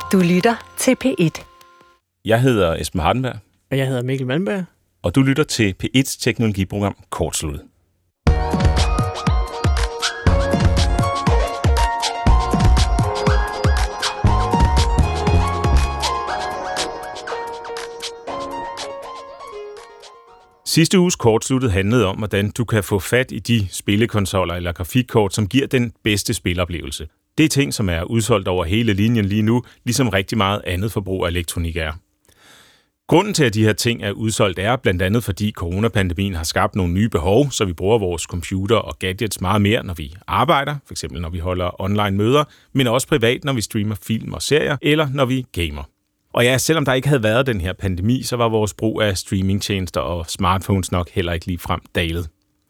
Du lytter til P1. Jeg hedder Esben Hardenberg. Og jeg hedder Mikkel Malmberg. Og du lytter til P1's teknologiprogram Kortsluttet. Sidste uges Kortsluttet handlede om, hvordan du kan få fat i de spillekonsoller eller grafikkort, som giver den bedste spiloplevelse. Det er ting, som er udsolgt over hele linjen lige nu, ligesom rigtig meget andet forbrug af elektronik er. Grunden til, at de her ting er udsolgt, er blandt andet, fordi coronapandemien har skabt nogle nye behov, så vi bruger vores computer og gadgets meget mere, når vi arbejder, f.eks. når vi holder online møder, men også privat, når vi streamer film og serier, eller når vi gamer. Og ja, selvom der ikke havde været den her pandemi, så var vores brug af streamingtjenester og smartphones nok heller ikke ligefrem dalet.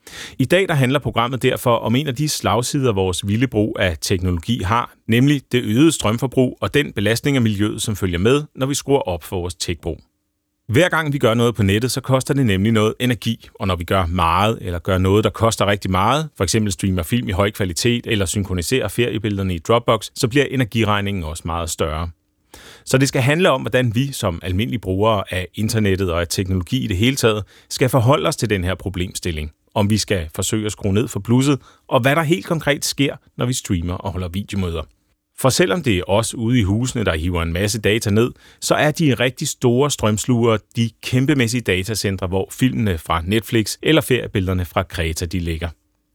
I dag der handler programmet derfor om en af de slagsider, vores vilde brug af teknologi har, nemlig det øgede strømforbrug og den belastning af miljøet, som følger med, når vi skruer op for vores techbrug. Hver gang vi gør noget på nettet, så koster det nemlig noget energi, og når vi gør meget eller gør noget, der koster rigtig meget, f.eks. streamer film i høj kvalitet eller synkroniserer feriebillederne i Dropbox, så bliver energiregningen også meget større. Så det skal handle om, hvordan vi som almindelige brugere af internettet og af teknologi i det hele taget skal forholde os til den her problemstilling. Om vi skal forsøge at skrue ned for blusset, og hvad der helt konkret sker, når vi streamer og holder videomøder. For selvom det er os ude i husene, der hiver en masse data ned, så er de rigtig store strømslugere de kæmpemæssige datacentre, hvor filmene fra Netflix eller feriebillederne fra Kreta de ligger.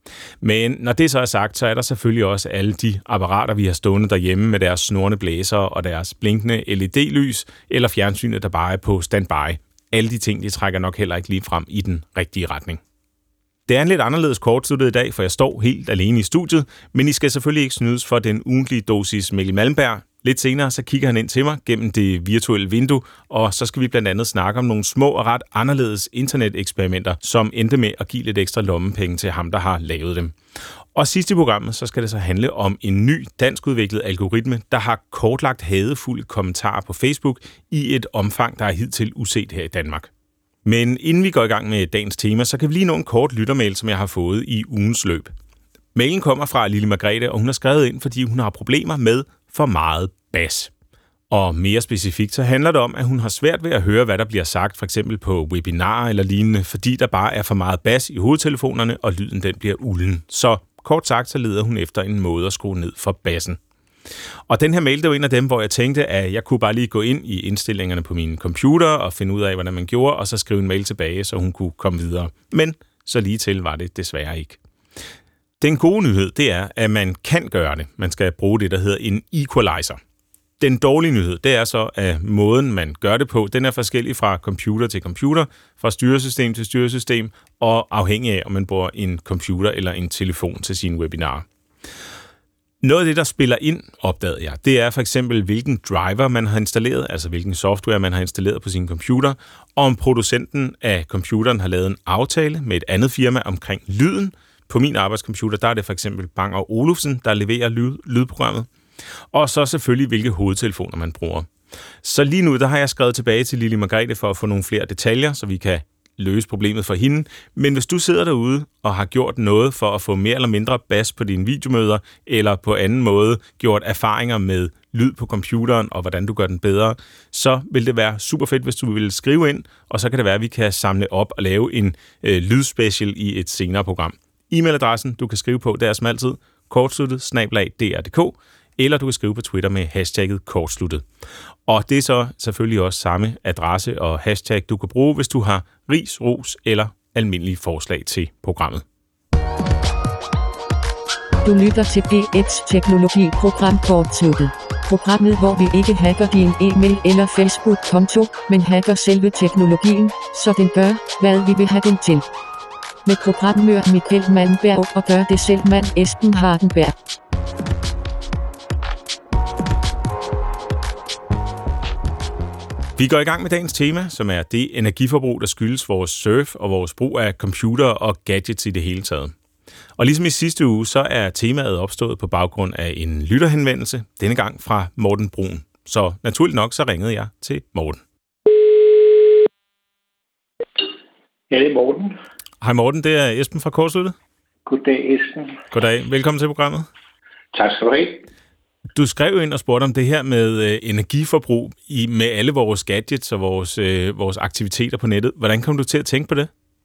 Men når det så er sagt, så er der selvfølgelig også alle de apparater, vi har stående derhjemme med deres snurrende blæsere og deres blinkende LED-lys, eller fjernsynet, der bare er på standby. Alle de ting, de trækker nok heller ikke lige frem i den rigtige retning. Det er en lidt anderledes kortsluttet i dag, for jeg står helt alene i studiet, men I skal selvfølgelig ikke snydes for den ugentlige dosis Mikkel Malmberg. Lidt senere så kigger han ind til mig gennem det virtuelle vindue, og så skal vi blandt andet snakke om nogle små og ret anderledes internet-eksperimenter, som endte med at give lidt ekstra lommepenge til ham, der har lavet dem. Og sidst i programmet, så skal det så handle om en ny danskudviklet algoritme, der har kortlagt hadefulde kommentarer på Facebook i et omfang, der er hidtil uset her i Danmark. Men inden vi går i gang med dagens tema, så kan vi lige nå en kort lyttermail, som jeg har fået i ugens løb. Mailen kommer fra Lille Margrethe, og hun har skrevet ind, fordi hun har problemer med for meget bas. Og mere specifikt, så handler det om, at hun har svært ved at høre, hvad der bliver sagt, f.eks. på webinarer eller lignende, fordi der bare er for meget bas i hovedtelefonerne, og lyden den bliver ulden. Så kort sagt, så leder hun efter en måde at skrue ned for bassen. Og den her mail, det var en af dem, hvor jeg tænkte, at jeg kunne bare lige gå ind i indstillingerne på min computer og finde ud af, hvordan man gjorde, og så skrive en mail tilbage, så hun kunne komme videre. Men så lige til var det desværre ikke. Den gode nyhed, det er, at man kan gøre det. Man skal bruge det, der hedder en equalizer. Den dårlige nyhed, det er så, at måden, man gør det på, den er forskellig fra computer til computer, fra styresystem til styresystem, og afhængig af, om man bruger en computer eller en telefon til sine webinarer. Noget af det, der spiller ind, opdagede jeg, det er for eksempel, hvilken driver man har installeret, altså hvilken software man har installeret på sin computer, og om producenten af computeren har lavet en aftale med et andet firma omkring lyden. På min arbejdscomputer, der er det for eksempel Bang & Olufsen, der leverer lydprogrammet. Og så selvfølgelig, hvilke hovedtelefoner man bruger. Så lige nu, der har jeg skrevet tilbage til Lille Margrethe for at få nogle flere detaljer, så vi kan løse problemet for hende. Men hvis du sidder derude og har gjort noget for at få mere eller mindre bas på dine videomøder, eller på anden måde gjort erfaringer med lyd på computeren og hvordan du gør den bedre, så vil det være super fedt, hvis du vil skrive ind, og så kan det være, at vi kan samle op og lave en lydspecial i et senere program. E-mailadressen, du kan skrive på, det er som altid kortsluttet@dr.dk, eller du kan skrive på Twitter med hashtagget kortsluttet. Og det er så selvfølgelig også samme adresse og hashtag, du kan bruge, hvis du har ris, ros eller almindelige forslag til programmet. Du lytter til P1's teknologiprogram Kortsluttet. Programmet, hvor vi ikke hacker din e-mail eller Facebook-konto, men hacker selve teknologien, så den gør, hvad vi vil have den til. Med programmør Mikkel Malmberg og gør det selv mand Esben Hardenberg. Vi går i gang med dagens tema, som er det energiforbrug, der skyldes vores surf og vores brug af computer og gadgets i det hele taget. Og ligesom i sidste uge, så er temaet opstået på baggrund af en lytterhenvendelse, denne gang fra Morten Brun. Så naturligt nok, så ringede jeg til Morten. Ja, det er Morten. Hej Morten, det er Esben fra Kortsluttet. Goddag, Esben. Goddag, velkommen til programmet. Tak skal du have. Du skrev ind og spurgte om det her med energiforbrug med alle vores gadgets og vores aktiviteter på nettet. Hvordan kom du til at tænke på det?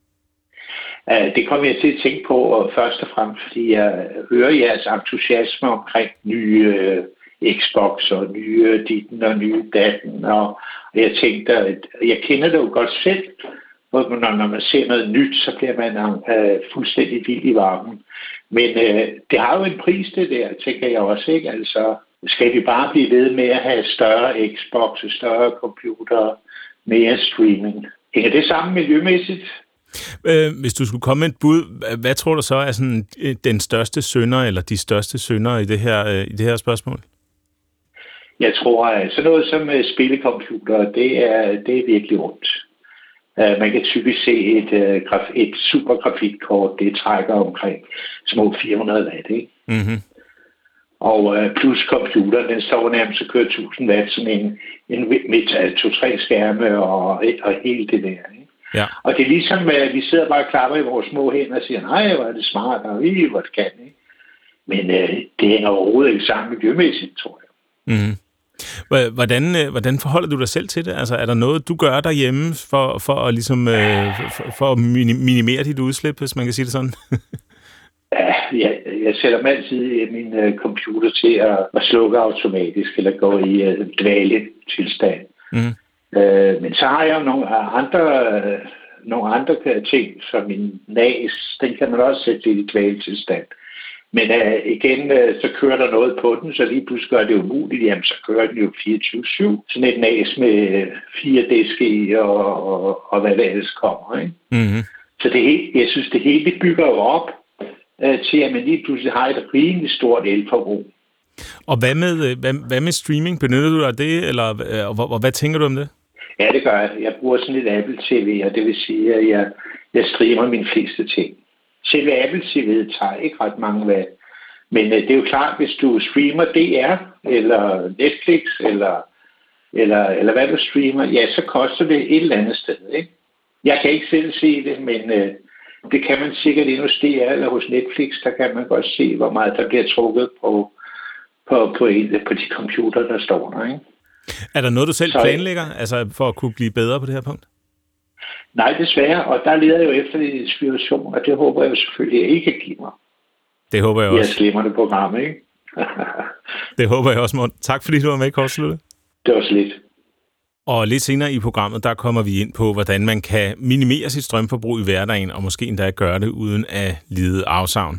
Det kom jeg til at tænke på, og først og fremmest, fordi jeg hører jeres entusiasme omkring nye Xbox og nye ditten og nye datten, og jeg tænkte, at jeg kender det jo godt selv, hvor når man ser noget nyt, så bliver man fuldstændig vild i varmen. Men det har jo en pris, det der, tænker jeg også, ikke? Altså, skal vi bare blive ved med at have større Xbox, større computer, mere streaming? Hænger det sammen miljømæssigt? Hvis du skulle komme med et bud, hvad tror du så er sådan den største synder, eller de største synder i det her spørgsmål? Jeg tror, at sådan noget som spillecomputer, det er virkelig ondt. Man kan typisk se et supergrafikkort, det trækker omkring små 400 watt, ikke? Mm-hmm. Og plus computeren, den står nærmest og kører 1000 watt, sådan en med 2-3 skærme og hele det der, ikke? Ja. Og det er ligesom, at vi sidder bare og klapper i vores små hænder og siger, nej, hvor er det smart, og hvor det kan, ikke? Men det hænger overhovedet ikke sammen miljømæssigt, tror jeg. Mm-hmm. Hvordan forholder du dig selv til det? Altså, er der noget, du gør derhjemme for at ligesom for at minimere dit udslip, hvis man kan sige det sådan? Ja, jeg sætter mig altid min computer til at slukke automatisk eller gå i dvaletilstand. Mm. Men så har jeg nogle andre ting, som min NAS, den kan man også sætte i dvaletilstand. Men igen, så kører der noget på den, så lige pludselig gør det umuligt. Jamen, så kører den jo 24/7. Sådan et NAS med 4 diske i og hvad det ellers kommer, ikke? Mm-hmm. Så jeg synes, det hele bygger jo op til, at man lige pludselig har et rimelig stort elforbrug. Og hvad med streaming? Benytter du dig af det, eller hvad tænker du om det? Ja, det gør jeg. Jeg bruger sådan et Apple TV, og det vil sige, at jeg streamer mine fleste ting. Selve Apple TV'et tager ikke ret mange watt. Men det er jo klart, hvis du streamer DR, eller Netflix, eller hvad du streamer, ja, så koster det et eller andet sted, ikke? Jeg kan ikke selv se det, men det kan man sikkert inde hos DR eller hos Netflix, der kan man godt se, hvor meget der bliver trukket på de computer, der står der, ikke? Er der noget, du selv planlægger, altså for at kunne blive bedre på det her punkt? Nej, desværre, og der leder jeg jo efter en inspiration, og det håber jeg jo selvfølgelig, at I kan give mig. Det håber jeg også. Jeg slemmer det program, ikke? Det håber jeg også, Morten. Tak fordi du var med i Kortsluttet. Det var så lidt. Og lidt senere i programmet, der kommer vi ind på, hvordan man kan minimere sit strømforbrug i hverdagen, og måske endda gøre det uden at lide afsavn.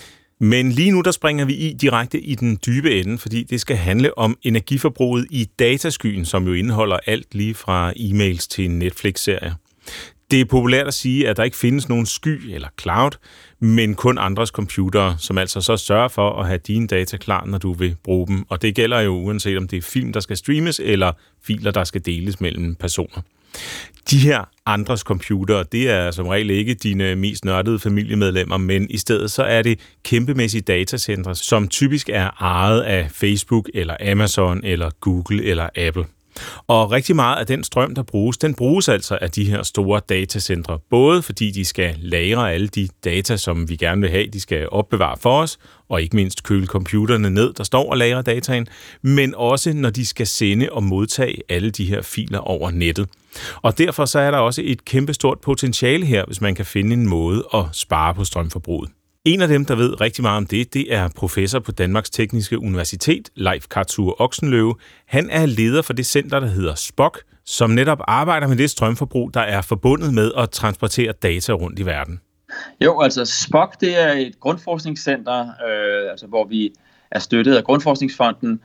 Men lige nu, der springer vi direkte i den dybe ende, fordi det skal handle om energiforbruget i dataskyen, som jo indeholder alt lige fra e-mails til Netflix-serier. Det er populært at sige, at der ikke findes nogen sky eller cloud, men kun andres computere, som altså så sørger for at have dine data klar, når du vil bruge dem. Og det gælder jo uanset om det er film, der skal streames, eller filer, der skal deles mellem personer. De her andres computere, det er som regel ikke dine mest nørdede familiemedlemmer, men i stedet så er det kæmpemæssige datacentre, som typisk er ejet af Facebook, eller Amazon, eller Google, eller Apple. Og rigtig meget af den strøm, der bruges, den bruges altså af de her store datacentre, både fordi de skal lagre alle de data, som vi gerne vil have, de skal opbevare for os, og ikke mindst køle computerne ned, der står og lagrer dataen, men også når de skal sende og modtage alle de her filer over nettet. Og derfor så er der også et kæmpestort potentiale her, hvis man kan finde en måde at spare på strømforbruget. En af dem, der ved rigtig meget om det er professor på Danmarks Tekniske Universitet, Leif Kartur Oksenløve. Han er leder for det center, der hedder SPOC, som netop arbejder med det strømforbrug, der er forbundet med at transportere data rundt i verden. Jo, altså SPOC, det er et grundforskningscenter, hvor vi er støttet af Grundforskningsfonden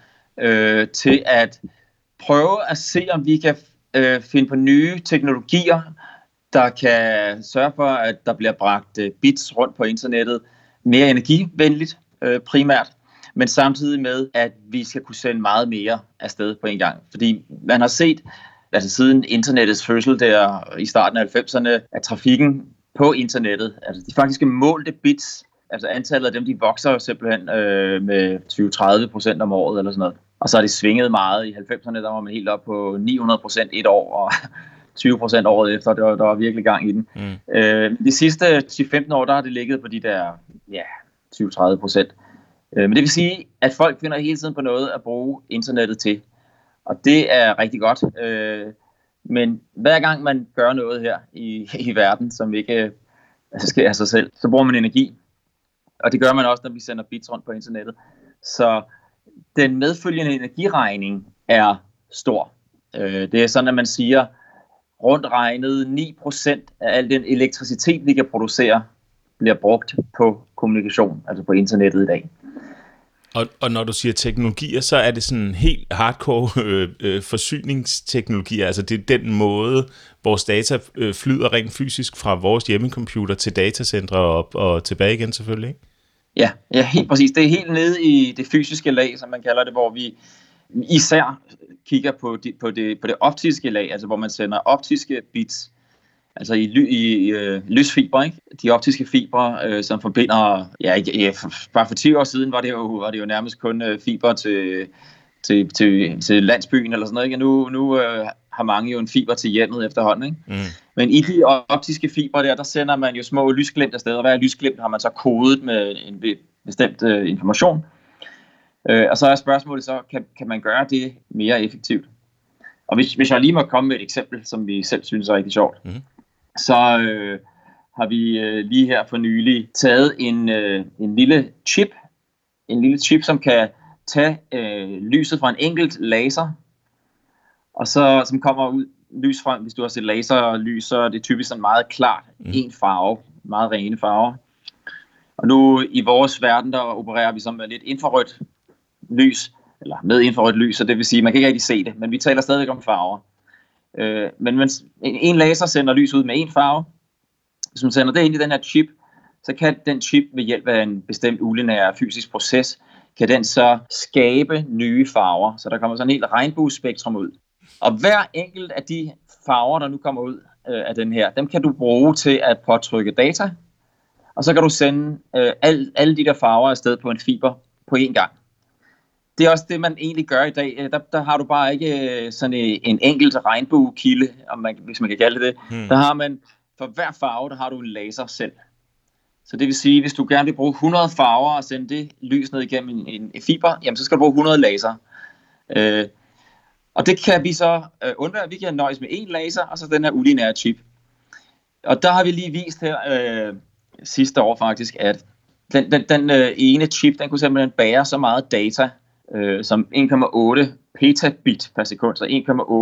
til at prøve at se, om vi kan finde på nye teknologier, der kan sørge for, at der bliver bragt bits rundt på internettet mere energivenligt primært, men samtidig med, at vi skal kunne sende meget mere afsted på en gang. Fordi man har set, altså siden internettets fødsel der i starten af 90'erne, at trafikken på internettet, altså de faktiske målte bits, altså antallet af dem, de vokser jo simpelthen med 20-30% om året eller sådan noget. Og så har det svinget meget. I 90'erne, der var man helt op på 900% et år, og 20% året efter, der var virkelig gang i den. De sidste 10-15 år, der har det ligget på de der 20-30%. Men det vil sige, at folk finder hele tiden på noget at bruge internettet til. Og det er rigtig godt. Men hver gang man gør noget her i verden, som ikke sker af sig selv, så bruger man energi. Og det gør man også, når vi sender bits rundt på internettet. Så den medfølgende energiregning er stor. Det er sådan, at man siger, rundt regnet 9% af al den elektricitet, vi kan producere, bliver brugt på kommunikation, altså på internettet i dag. Og når du siger teknologier, så er det sådan helt hardcore forsyningsteknologier, altså det er den måde, vores data flyder rent fysisk fra vores hjemmecomputer til datacentre og tilbage igen selvfølgelig, ikke? Ja, helt præcis. Det er helt nede i det fysiske lag, som man kalder det, hvor vi især kigger på det optiske lag, altså hvor man sender optiske bits, altså i lysfiber, ikke? De optiske fibre, som forbinder, bare for 10 år siden var det jo nærmest kun fiber til landsbyen eller sådan noget, ikke? Nu har mange jo en fiber til hjemmet efterhånden, ikke? Mm. Men i de optiske fibre der sender man jo små lysglimt afsted, og hver lysglimt har man så kodet med en bestemt information. Og så er spørgsmålet så, kan man gøre det mere effektivt? Og hvis jeg lige må komme med et eksempel, som vi selv synes er rigtig sjovt, så har vi lige her for nylig taget en lille chip, som kan tage lyset fra en enkelt laser, og så som kommer ud lys frem. Hvis du har set laserlys, så er det typisk sådan meget klart, en farve, meget rene farver. Og nu i vores verden, der opererer vi så med lidt infrarødt lys, eller med infrarødt lys, så det vil sige, man kan ikke rigtig se det, men vi taler stadigvæk om farver. Men en laser sender lys ud med en farve. Hvis man sender det ind i den her chip, så kan den chip ved hjælp af en bestemt ulineær fysisk proces, kan den så skabe nye farver. Så der kommer sådan en helt regnbuespektrum ud. Og hver enkelt af de farver, der nu kommer ud af den her, dem kan du bruge til at påtrykke data. Og så kan du sende alle de der farver afsted på en fiber på én gang. Det er også det, man egentlig gør i dag. Der har du bare ikke sådan en enkelt regnbuekilde, hvis man kan kalde det. Der har man, for hver farve, der har du en laser selv. Så det vil sige, hvis du gerne vil bruge 100 farver og sende det lys ned igennem en fiber, jamen så skal du bruge 100 laser. Og det kan vi så undvære. Vi kan nøjes med én laser, og så den her ulineære chip. Og der har vi lige vist her sidste år faktisk, at den ene chip, den kunne simpelthen bære så meget data, som 1,8 petabit per sekund, så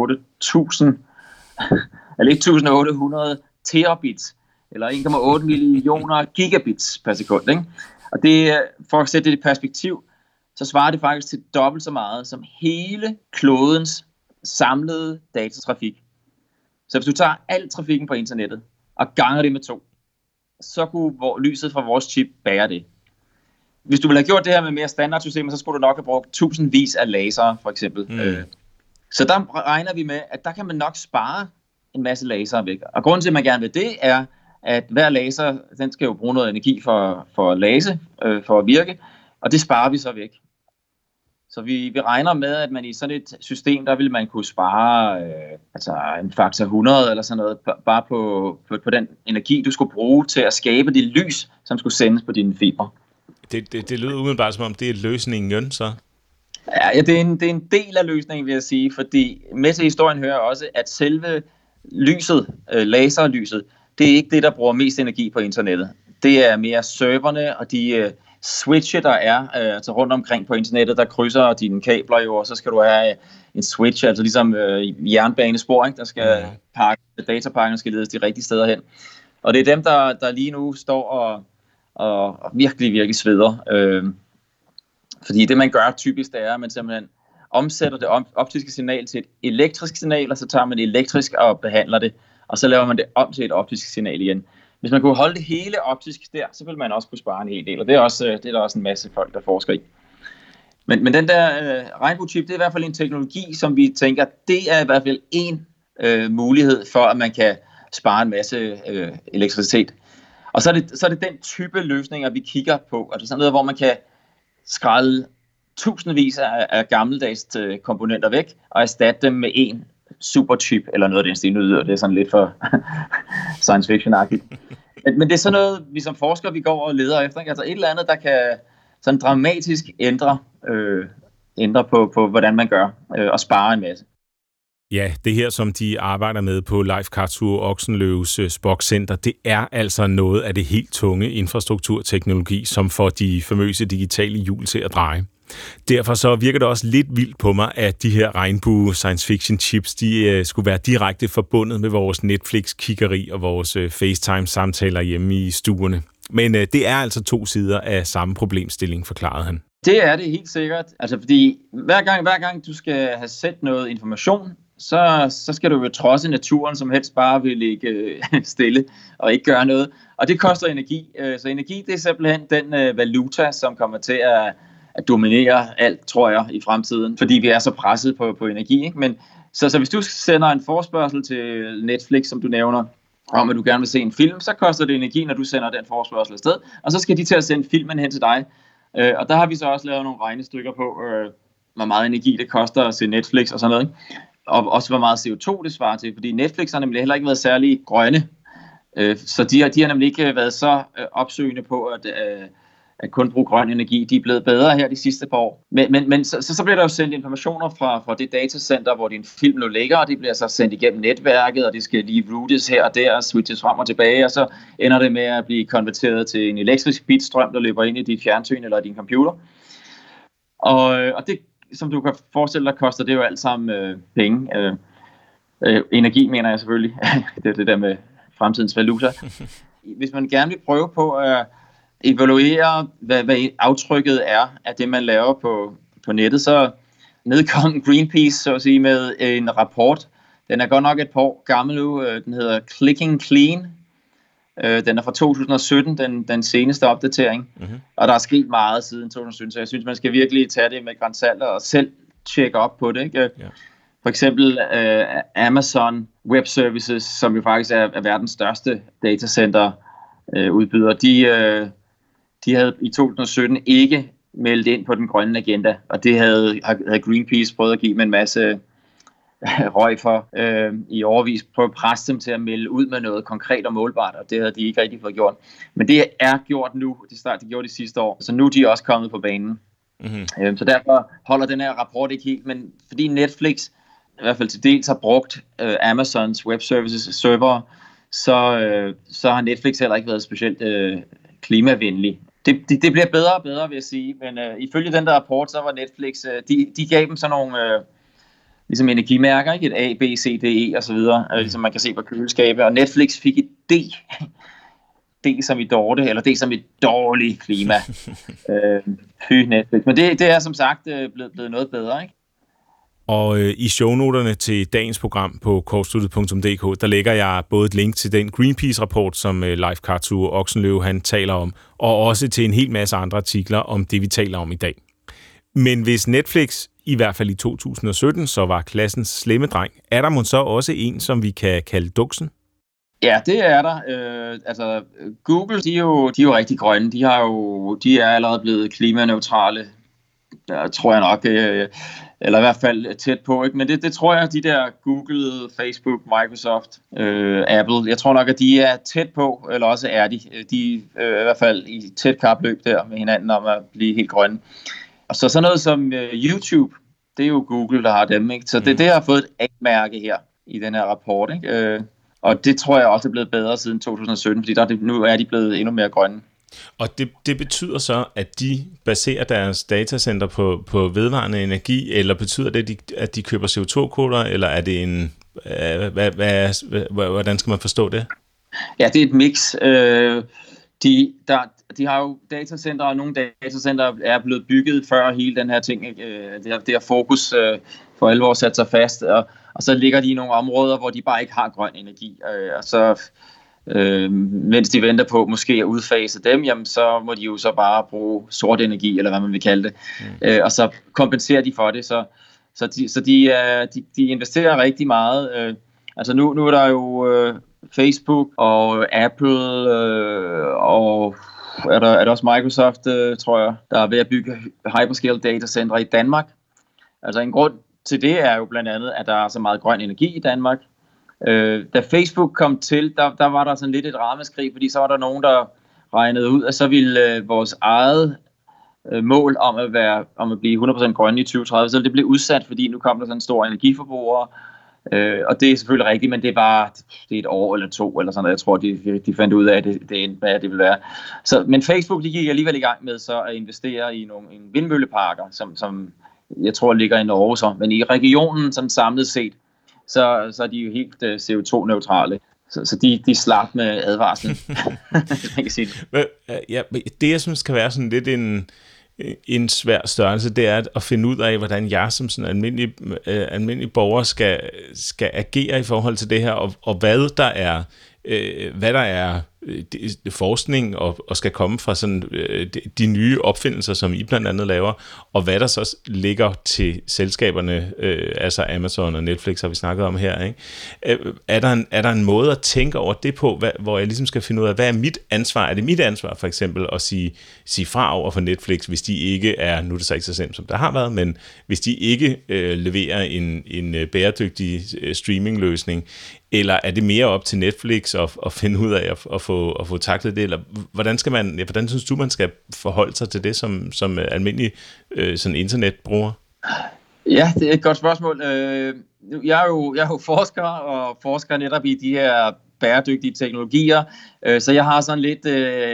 1,800 terabits, eller 1,8 millioner gigabits per sekund, ikke? Og det, for at sætte det i perspektiv, så svarer det faktisk til dobbelt så meget som hele klodens samlede datatrafik. Så hvis du tager al trafikken på internettet og ganger det med 2, så kunne lyset fra vores chip bære det. Hvis du ville have gjort det her med mere standardsystemer, så skulle du nok have brugt tusindvis af lasere, for eksempel. Så der regner vi med, at der kan man nok spare en masse lasere væk. Og grunden til, at man gerne vil det, er, at hver laser, den skal jo bruge noget energi for at lase, for at virke, og det sparer vi så væk. Så vi regner med, at man i sådan et system, der vil man kunne spare en faktor 100 eller sådan noget, bare på den energi, du skulle bruge til at skabe det lys, som skulle sendes på dine fibre. Det lyder umiddelbart som om, det er løsningen, så? Ja, det er en del af løsningen, vil jeg sige, fordi med til historien hører også, at selve lyset, laserlyset, det er ikke det, der bruger mest energi på internettet. Det er mere serverne og de switche, der er altså rundt omkring på internettet, der krydser dine kabler jo, og så skal du have en switch, altså ligesom jernbanespor, ikke? Der skal datapakken skal ledes de rigtige steder hen. Og det er dem, der lige nu står og virkelig sveder. Fordi det, man gør typisk, det er, at man simpelthen omsætter det optiske signal til et elektrisk signal, og så tager man det elektrisk og behandler det, og så laver man det om til et optisk signal igen. Hvis man kunne holde det hele optisk der, så vil man også kunne spare en hel del, og det er der også en masse folk, der forsker i. Men den der regnbuechip, det er i hvert fald en teknologi, som vi tænker, det er i hvert fald en mulighed for, at man kan spare en masse elektricitet. Og så er det den type løsninger, vi kigger på, altså sådan noget, hvor man kan skrælle tusindvis af gammeldags komponenter væk, og erstatte dem med en superchip, eller noget af den stil. Det er sådan lidt for science fiction-agtigt. Men det er sådan noget, vi som forskere, vi går og leder efter, ikke? Altså et eller andet, sådan dramatisk ændre på, hvordan man gør, og spare en masse. Ja, det her, som de arbejder med på Leif Kartur Oksenløves Spock Center, det er altså noget af det helt tunge infrastrukturteknologi, som får de famøse digitale hjul til at dreje. Derfor så virker det også lidt vildt på mig, at de her regnbue science fiction chips, de skulle være direkte forbundet med vores Netflix-kiggeri og vores FaceTime-samtaler hjemme i stuerne. Men det er altså to sider af samme problemstilling, forklarede han. Det er det helt sikkert. Altså fordi hver gang du skal have sendt noget information, så skal du jo trodse naturen, som helst bare vil ligge stille og ikke gøre noget. Og det koster energi. Så energi, det er simpelthen den valuta, som kommer til at dominere alt, tror jeg, i fremtiden. Fordi vi er så presset på energi. Ikke? Men, så hvis du sender en forespørgsel til Netflix, som du nævner, om at du gerne vil se en film, så koster det energi, når du sender den forespørgsel afsted. Og så skal de til at sende filmen hen til dig. Og der har vi så også lavet nogle regnestykker på, hvor meget energi det koster at se Netflix og sådan noget. Ikke? Og også hvor meget CO2 det svarer til, fordi Netflix har nemlig heller ikke været særlig grønne. Så de har nemlig ikke været så opsøgende på at kun bruge grøn energi. De er blevet bedre her de sidste par år. Men så bliver der jo sendt informationer fra det datacenter, hvor din film nu ligger, og det bliver så sendt igennem netværket, og det skal lige routes her og der, og switches frem og tilbage, og så ender det med at blive konverteret til en elektrisk bitstrøm, der løber ind i dit fjernsyn eller din computer. Og det, som du kan forestille dig, koster det jo alt sammen penge. Energi, mener jeg selvfølgelig. Det er det der med fremtidens valuta. Hvis man gerne vil prøve på at evaluere, hvad aftrykket er af det, man laver på nettet, så nedkom Greenpeace, så at sige, med en rapport. Den er godt nok et par år gammel nu. Den hedder Clicking Clean. Den er fra 2017, den seneste opdatering. Mm-hmm. Og der er sket meget siden 2017, så jeg synes, man skal virkelig tage det med gran salt og selv tjekke op på det. Ikke? Yeah. For eksempel Amazon Web Services, som jo faktisk er verdens største datacenter udbyder, de havde i 2017 ikke meldt ind på den grønne agenda, og det havde Greenpeace prøvet at give med en masse røg for i årevis, prøve at presse dem til at melde ud med noget konkret og målbart, og det havde de ikke rigtig fået gjort. Men det er gjort nu, de gjorde det sidste år, så nu er de også kommet på banen. Mm-hmm. Så derfor holder den her rapport ikke helt, men fordi Netflix i hvert fald til dels har brugt Amazons Web Services server, så har Netflix heller ikke været specielt klimavenlig. Det bliver bedre og bedre, vil jeg sige, men ifølge den der rapport, så var Netflix, de gav dem sådan nogle ligesom energimærker, ikke? Et A, B, C, D, E og så videre, ligesom man kan se på køleskabe, og Netflix fik et D. D som i dårligt, eller D som i dårligt klima. Fy Netflix. Men det er som sagt blevet noget bedre, ikke? Og i shownoterne til dagens program på kortsluttet.dk, der lægger jeg både et link til den Greenpeace-rapport, som Leif Kartur Oksenløve han taler om, og også til en hel masse andre artikler om det, vi taler om i dag. Men hvis Netflix, i hvert fald i 2017, så var klassens slemme dreng, er der måske så også en, som vi kan kalde duksen? Ja, det er der. Altså, Google, de er jo rigtig grønne. De er allerede blevet klimaneutrale, tror jeg nok, eller i hvert fald tæt på, ikke? Men det tror jeg, de der Google, Facebook, Microsoft, Apple, jeg tror nok, at de er tæt på, eller også er de i hvert fald i tæt kapløb der med hinanden om at blive helt grønne. Og så sådan noget som YouTube, det er jo Google, der har dem, ikke? Så det har fået et A-mærke her i den her rapport, ikke? Og det tror jeg også er blevet bedre siden 2017, fordi nu er de blevet endnu mere grønne. Og det betyder så, at de baserer deres datacenter på vedvarende energi, eller betyder det, at de køber CO2-kvoter, eller er det en... hvordan skal man forstå det? Ja, det er et mix. De har jo datacenter, og nogle datacenter er blevet bygget før hele den her ting. Det her fokus for alvor sat sig fast, og så ligger de i nogle områder, hvor de bare ikke har grøn energi. Og så mens de venter på måske at udfase dem, jamen så må de jo så bare bruge sort energi, eller hvad man vil kalde det. Og så kompenserer de for det. Så de investerer rigtig meget. Altså nu er der jo Facebook og Apple og er der også Microsoft, tror jeg, der er ved at bygge hyperscale datacenter i Danmark. Altså en grund til det er jo blandt andet, at der er så meget grøn energi i Danmark. Da Facebook kom til, der var der sådan lidt et ramaskrig, fordi så var der nogen, der regnede ud, at så ville vores eget mål om at blive 100% grønne i 2030, så det blev udsat, fordi nu kom der sådan en stor energiforbruger. Og det er selvfølgelig rigtigt, men det er et år eller 2 eller sådan noget. Jeg tror, de fandt ud af, at det endte med, at det ville være. Men Facebook, de gik alligevel i gang med så at investere i nogle vindmølleparker, som jeg tror ligger i Norge så. Men i regionen, sådan samlet set, så er de jo helt CO2-neutrale. Så de slap med advarslen, man kan sige det. Ja, det jeg synes kan være sådan lidt en svær størrelse, det er at finde ud af, hvordan jeg som sådan almindelig borger skal agere i forhold til det her, og hvad der er forskning og skal komme fra sådan de nye opfindelser, som I blandt andet laver, og hvad der så ligger til selskaberne, altså Amazon og Netflix har vi snakket om her, ikke? Er der en måde at tænke over det på, hvor jeg ligesom skal finde ud af, hvad er mit ansvar? Er det mit ansvar for eksempel at sige fra over for Netflix, hvis de ikke er, nu er det så ikke så slemt som der har været, men hvis de ikke leverer en bæredygtig streamingløsning, eller er det mere op til Netflix at finde ud af at få taklet det, eller hvordan synes du, man skal forholde sig til det som almindelig sådan internetbruger? Ja, det er et godt spørgsmål. Jeg er jo forsker, og forsker netop i de her bæredygtige teknologier, så jeg har sådan lidt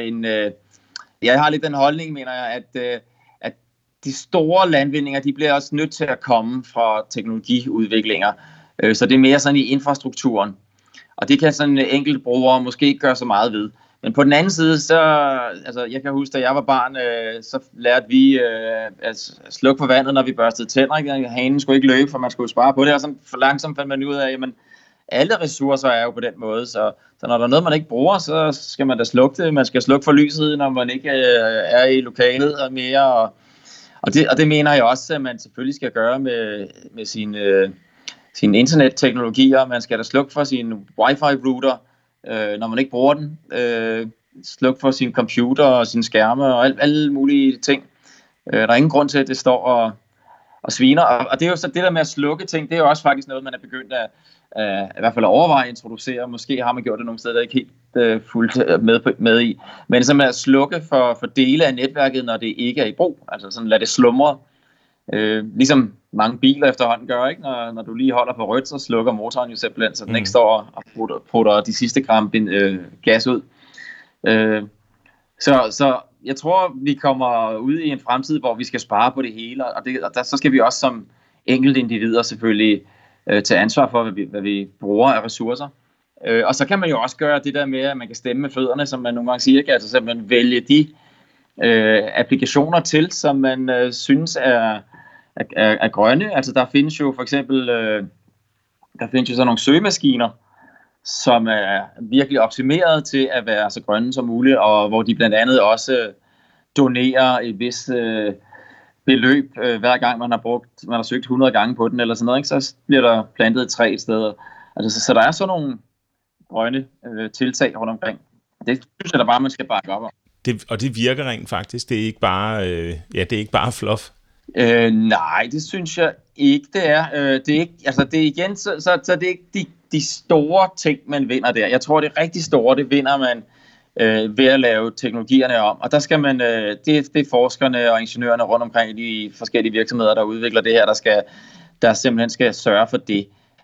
jeg har lidt den holdning, mener jeg, at de store landvindinger, de bliver også nødt til at komme fra teknologiudviklinger. Så det er mere sådan i infrastrukturen. Og det kan sådan enkelte brugere måske ikke gøre så meget ved. Men på den anden side, så, altså jeg kan huske, da jeg var barn, så lærte vi at slukke for vandet, når vi børstede tænder. Hanen skulle ikke løbe, for man skulle spare på det. Og så for langsomt fandt man ud af, at alle ressourcer er jo på den måde. Så når der er noget, man ikke bruger, så skal man da slukke det. Man skal slukke for lyset, når man ikke er i lokalet og mere. Og det mener jeg også, at man selvfølgelig skal gøre med sine internetteknologier. Man skal da slukke for sin wifi-router, når man ikke bruger den. Slukke for sin computer og sine skærme og alle mulige ting. Der er ingen grund til, at det står og sviner. Og det er jo så det der med at slukke ting, det er jo også faktisk noget, man er begyndt at i hvert fald at overveje at introducere. Måske har man gjort det nogle steder, der ikke helt fuldt med i. Men så med at slukke for dele af netværket, når det ikke er i brug. Altså sådan lad det slumre. Ligesom mange biler efterhånden gør, ikke? Når du lige holder på rødt, så slukker motoren jo simpelthen, så den ikke står og putter de sidste gram gas ud. Så jeg tror, vi kommer ud i en fremtid, hvor vi skal spare på det hele, og så skal vi også som enkelte individer selvfølgelig tage ansvar for, hvad vi bruger af ressourcer. Og så kan man jo også gøre det der med, at man kan stemme med fødderne, som man nogle gange siger, altså så man vælge de applikationer til, som man synes er grønne. Altså der findes jo for eksempel sådan nogle søgemaskiner, som er virkelig optimeret til at være så grønne som muligt, og hvor de blandt andet også donerer et vist beløb hver gang man har søgt 100 gange på den eller sådan noget, ikke? Så bliver der plantet et træ et sted. Altså så der er sådan nogle grønne tiltag rundt omkring. Det synes jeg da bare man skal bakke op om. Og det virker rent faktisk. Det er ikke bare det er ikke bare fluff. Nej, det synes jeg ikke, det er. Det er ikke, altså det er igen, så det er ikke de store ting, man vinder der. Jeg tror, det rigtig store, det vinder man ved at lave teknologierne om. Og der skal man, det er forskerne og ingeniørerne rundt omkring i de forskellige virksomheder, der udvikler det her, der simpelthen skal sørge for det.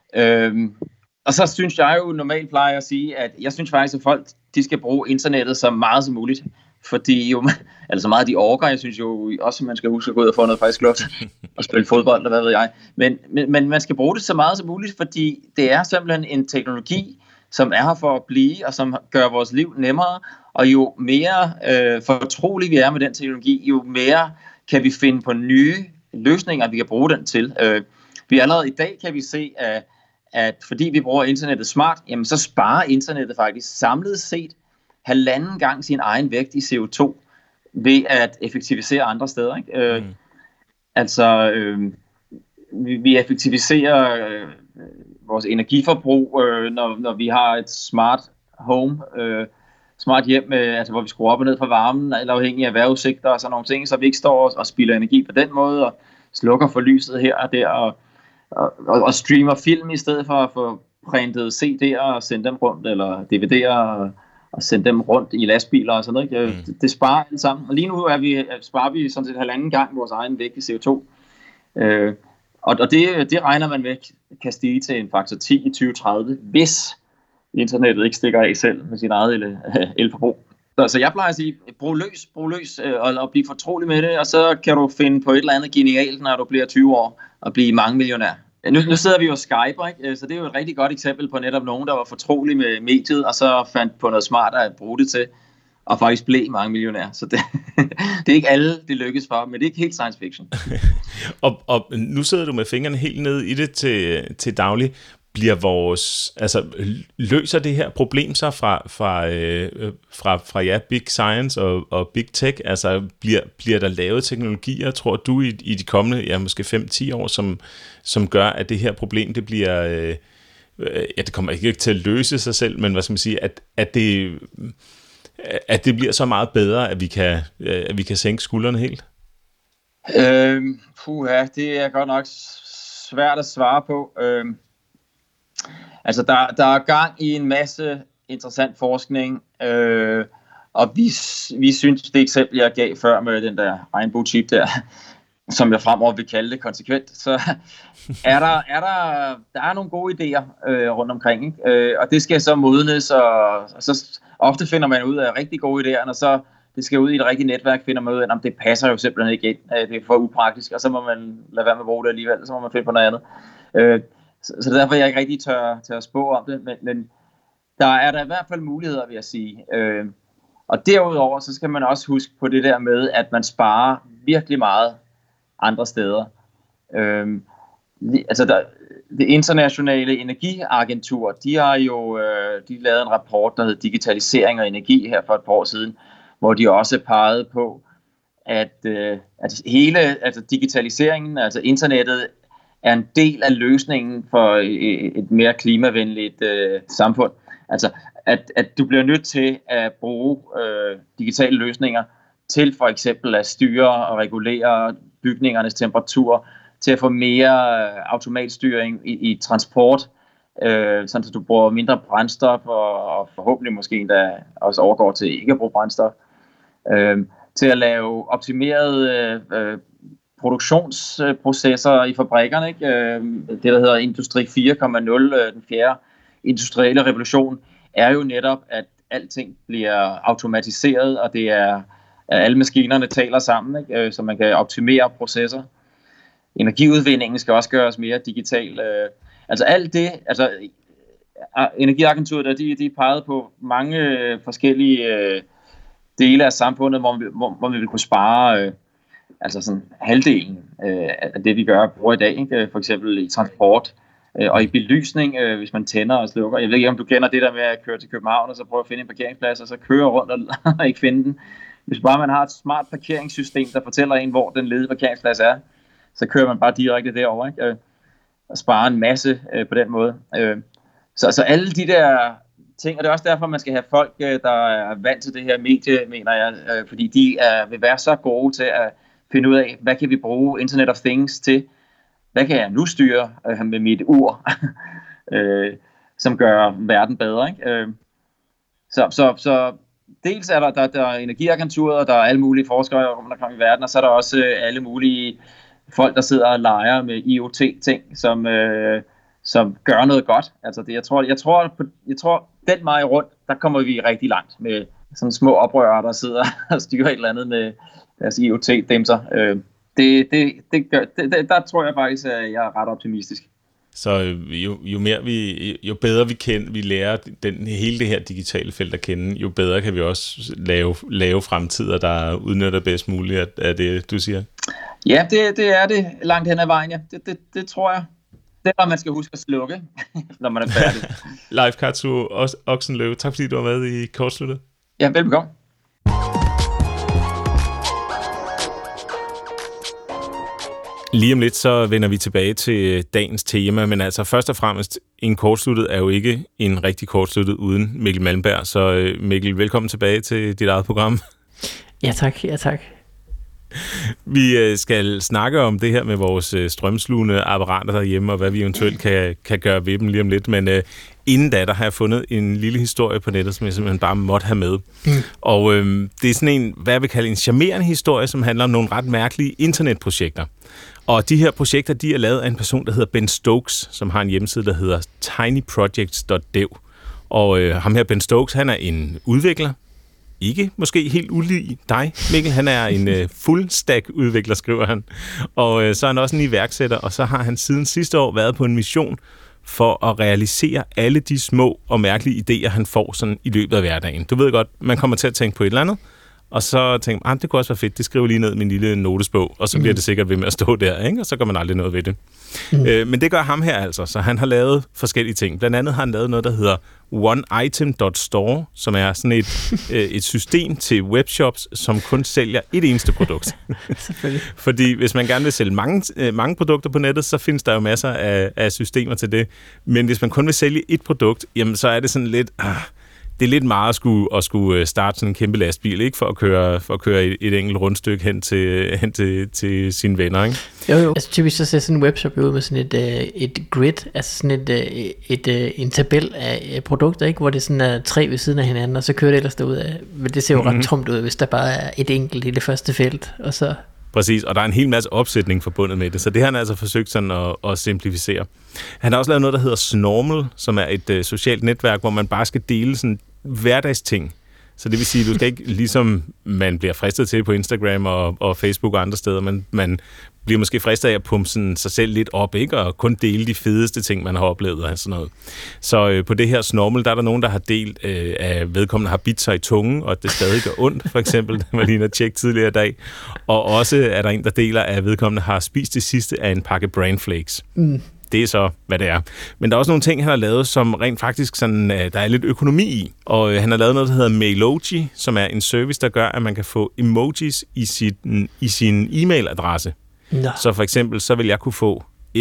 Og så synes jeg jo normalt plejer at sige, at jeg synes faktisk, at folk de skal bruge internettet så meget som muligt. Fordi jo, altså meget de orker, jeg synes jo også, at man skal huske at gå ud og få noget frisk luft og spille fodbold, eller hvad ved jeg. Men man skal bruge det så meget som muligt, fordi det er simpelthen en teknologi, som er her for at blive, og som gør vores liv nemmere. Og jo mere fortrolige vi er med den teknologi, jo mere kan vi finde på nye løsninger, vi kan bruge den til. Vi allerede i dag kan vi se, at fordi vi bruger internettet smart, jamen så sparer internettet faktisk samlet set 1,5 gang sin egen vægt i CO2 ved at effektivisere andre steder, ikke? Altså vi effektiviserer vores energiforbrug, når vi har et smart home, smart hjem, altså hvor vi skruer op og ned for varmen, eller afhængig af vejrudsigter og sådan nogle ting, så vi ikke står og spilder energi på den måde, og slukker for lyset her og der, og streamer film i stedet for at få printet CD'er og sende dem rundt, eller DVD'er sende dem rundt i lastbiler og sådan noget. Det sparer alt sammen. Og lige nu sparer vi sådan set 1,5 gang vores egen vægt i CO2. Og det regner man med kan stige til en faktor 10 i 2030, hvis internettet ikke stikker af selv med sin eget elforbrug. Så jeg plejer at sige, brug løs og blive fortrolig med det, og så kan du finde på et eller andet genialt, når du bliver 20 år og blive mangemillionær. Nu sidder vi jo og Skype, ikke? Så det er jo et rigtig godt eksempel på netop nogen, der var fortrolig med mediet, og så fandt på noget smart at bruge det til, og faktisk blev mangemillionær. Så det er ikke alle, det lykkes for, men det er ikke helt science fiction. og nu sidder du med fingrene helt ned i det til daglig. Løser det her problem sig fra Big Science og Big Tech? Altså, bliver der lavet teknologier, tror du, i de kommende, måske 5-10 år, som gør, at det her problem, det bliver, det kommer ikke til at løse sig selv, men hvad skal man sige, at det bliver så meget bedre, at vi kan sænke skuldrene helt? Det er godt nok svært at svare på. Altså, der er gang i en masse interessant forskning, og vi synes, det eksempel, jeg gav før med den der regnbue-chip der, som jeg fremover vil kalde det konsekvent, så er der nogle gode idéer rundt omkring, ikke? Og det skal så modnes, og så ofte finder man ud af rigtig gode idéer, og så det skal ud i et rigtigt netværk, finder man ud af, at det passer jo simpelthen ikke ind, det er for upraktisk, og så må man lade være med at bruge det alligevel, så må man finde på noget andet. Så det er derfor, jeg ikke rigtig tør at spå om det, men der er der i hvert fald muligheder, vil jeg sige. Og derudover, så skal man også huske på det der med, at man sparer virkelig meget andre steder. Det internationale energiagentur, de har jo de lavet en rapport, der hedder Digitalisering og Energi her for et par år siden, hvor de også pegede på, at hele digitaliseringen, altså internettet, er en del af løsningen for et mere klimavenligt samfund. Altså, at du bliver nødt til at bruge digitale løsninger til for eksempel at styre og regulere bygningernes temperatur, til at få mere automatstyring i transport, sådan at du bruger mindre brændstof og forhåbentlig måske endda også overgår til ikke at bruge brændstof, til at lave optimerede produktionsprocesser i fabrikkerne, ikke? Det, der hedder Industri 4.0, den fjerde industrielle revolution, er jo netop, at alting bliver automatiseret, og det er, at alle maskinerne taler sammen, ikke? Så man kan optimere processer. Energiudvindingen skal også gøres mere digital. Altså alt det, altså Energiagenturet, de pegede på mange forskellige dele af samfundet, hvor vi vil kunne spare altså sådan halvdelen af det, vi bruger i dag, ikke? For eksempel i transport og i belysning, hvis man tænder og slukker. Jeg ved ikke, om du kender det der med at køre til København, og så prøve at finde en parkeringsplads, og så køre rundt og ikke finde den. Hvis bare man har et smart parkeringssystem, der fortæller en, hvor den ledige parkeringsplads er, så kører man bare direkte derover, ikke? Og sparer en masse på den måde. Så alle de der ting, og det er også derfor, man skal have folk, der er vant til det her medie, mener jeg, fordi de vil være så gode til at finde ud af, hvad kan vi bruge Internet of Things til? Hvad kan jeg nu styre med mit ur, som gør verden bedre, ikke? Så dels er der energiagenturer, og der er alle mulige forskere rundt omkring i verden, og så er der også alle mulige folk, der sidder og leger med IoT-ting, som gør noget godt. Altså det, jeg tror den vej rundt, der kommer vi rigtig langt med sådan små oprørere, der sidder og styrer et eller andet med deres IoT-dimser. Der tror jeg faktisk, at jeg er ret optimistisk. Så jo bedre vi lærer hele det her digitale felt at kende, jo bedre kan vi også lave fremtider, der udnytter bedst muligt af det, du siger. Ja, det er det langt hen ad vejen, ja. Det tror jeg. Det er, man skal huske at slukke, når man er færdig. Leif Katsu Oxenløve, tak fordi du var med i Kortsluttet. Ja, velbekomme. Lige om lidt, så vender vi tilbage til dagens tema, men altså først og fremmest, en kortsluttet er jo ikke en rigtig kortsluttet uden Mikkel Malmberg, så Mikkel, velkommen tilbage til dit eget program. Ja tak. Vi skal snakke om det her med vores strømslugende apparater derhjemme, og hvad vi eventuelt kan gøre ved dem lige om lidt. Men inden da, der har jeg fundet en lille historie på nettet, som jeg simpelthen bare måtte have med. Og det er sådan en, hvad jeg vil kalde en charmerende historie, som handler om nogle ret mærkelige internetprojekter. Og de her projekter, de er lavet af en person, der hedder Ben Stokes, som har en hjemmeside, der hedder tinyprojects.dev. Og ham her, Ben Stokes, han er en udvikler. Ikke måske helt ulig dig, Mikkel. Han er en full-stack-udvikler, skriver han. Og så er han også en iværksætter, og så har han siden sidste år været på en mission for at realisere alle de små og mærkelige idéer, han får sådan i løbet af hverdagen. Du ved godt, man kommer til at tænke på et eller andet, og så tænker man, det kunne også være fedt, det skriver lige ned i min lille notesbog, og så bliver det sikkert ved med at stå der, ikke? Og så gør man aldrig noget ved det. Men det gør ham her altså, så han har lavet forskellige ting. Blandt andet har han lavet noget, der hedder oneitem.store, som er sådan et system til webshops, som kun sælger et eneste produkt. Selvfølgelig. Fordi hvis man gerne vil sælge mange produkter på nettet, så findes der jo masser af systemer til det. Men hvis man kun vil sælge et produkt, jamen så er det sådan lidt... Det er lidt meget at skulle starte sådan en kæmpe lastbil, ikke? For at køre et enkelt rundstykke hen til sine venner, ikke? Jo. Altså typisk så ser sådan en webshop ud med sådan et grid, altså sådan en tabel af produkter, ikke? Hvor det sådan er 3 ved siden af hinanden, og så kører det ellers derudad. Men det ser jo ret tomt ud, hvis der bare er et enkelt i det første felt, og så... Præcis, og der er en hel masse opsætning forbundet med det, så det har han altså forsøgt sådan at simplificere. Han har også lavet noget, der hedder Snormel, som er et socialt netværk, hvor man bare skal dele sådan hverdagsting. Så det vil sige, at du skal ikke, ligesom man bliver fristet til på Instagram og Facebook og andre steder, men man bliver måske fristet af at pumpe sådan sig selv lidt op, ikke? Og kun dele de fedeste ting, man har oplevet og sådan noget. Så på det her Snormel, der er der nogen, der har delt, at vedkommende har bidt sig i tungen, og at det stadig gør ondt, for eksempel. Det var lige at tjekke tidligere i dag. Og også er der en, der deler, at vedkommende har spist det sidste af en pakke Bran Flakes. Det er så, hvad det er. Men der er også nogle ting, han har lavet, som rent faktisk sådan, der er lidt økonomi i. Og han har lavet noget, der hedder Mailogi, som er en service, der gør, at man kan få emojis i sin e-mailadresse. Ja. Så for eksempel, så vil jeg kunne få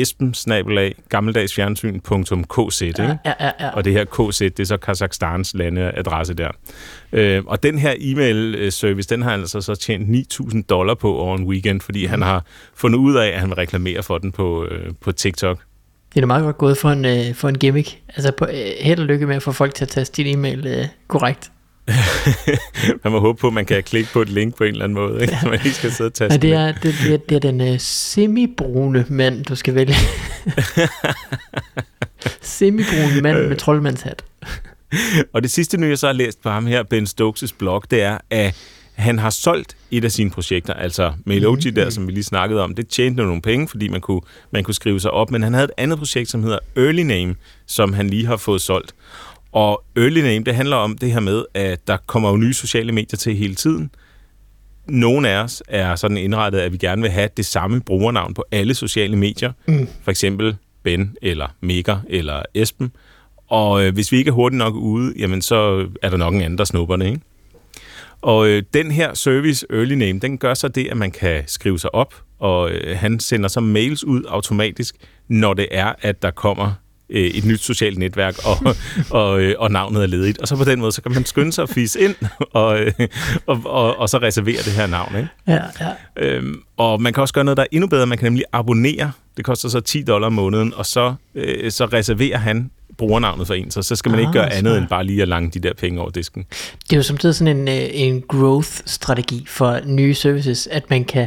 esben@gammeldagsfjernsyn.kz, ikke? Ja. Og det her KZ, det er så Kazakhstans landeadresse der. Og den her e-mail-service, den har han altså så tjent $9,000 på over en weekend, fordi han har fundet ud af, at han vil reklamere for den på TikTok. Det er da meget godt gået for en gimmick. Altså held og lykke med at få folk til at taste din e-mail korrekt. Man må håbe på, at man kan klikke på et link på en eller anden måde, ikke? Så man ikke skal sidde og taste. Det er den semibrune mand, du skal vælge. Semibrune mand med troldmandshat. Og det sidste nye, jeg så har læst på ham her, Ben Stokes' blog, det er, at han har solgt et af sine projekter, altså Mailogi der, som vi lige snakkede om. Det tjente nogle penge, fordi man kunne skrive sig op, men han havde et andet projekt, som hedder Early Name, som han lige har fået solgt. Og Early Name, det handler om det her med, at der kommer jo nye sociale medier til hele tiden. Nogle af os er sådan indrettet, at vi gerne vil have det samme brugernavn på alle sociale medier. For eksempel Ben, eller Mega, eller Esben. Og hvis vi ikke er hurtigt nok ude, jamen så er der nok en anden, der snupper det, ikke? Og den her service, Early Name, den gør så det, at man kan skrive sig op, og han sender så mails ud automatisk, når det er, at der kommer et nyt socialt netværk, og navnet er ledigt. Og så på den måde, så kan man skynde sig at fise ind, og så reservere det her navn, ikke? Ja. Og man kan også gøre noget, der er endnu bedre. Man kan nemlig abonnere. Det koster så $10 om måneden, og så reserverer han brugernavnet for en, så skal man ikke gøre andet end bare lige at lange de der penge over disken. Det er jo samtidig sådan en growth-strategi for nye services, at man kan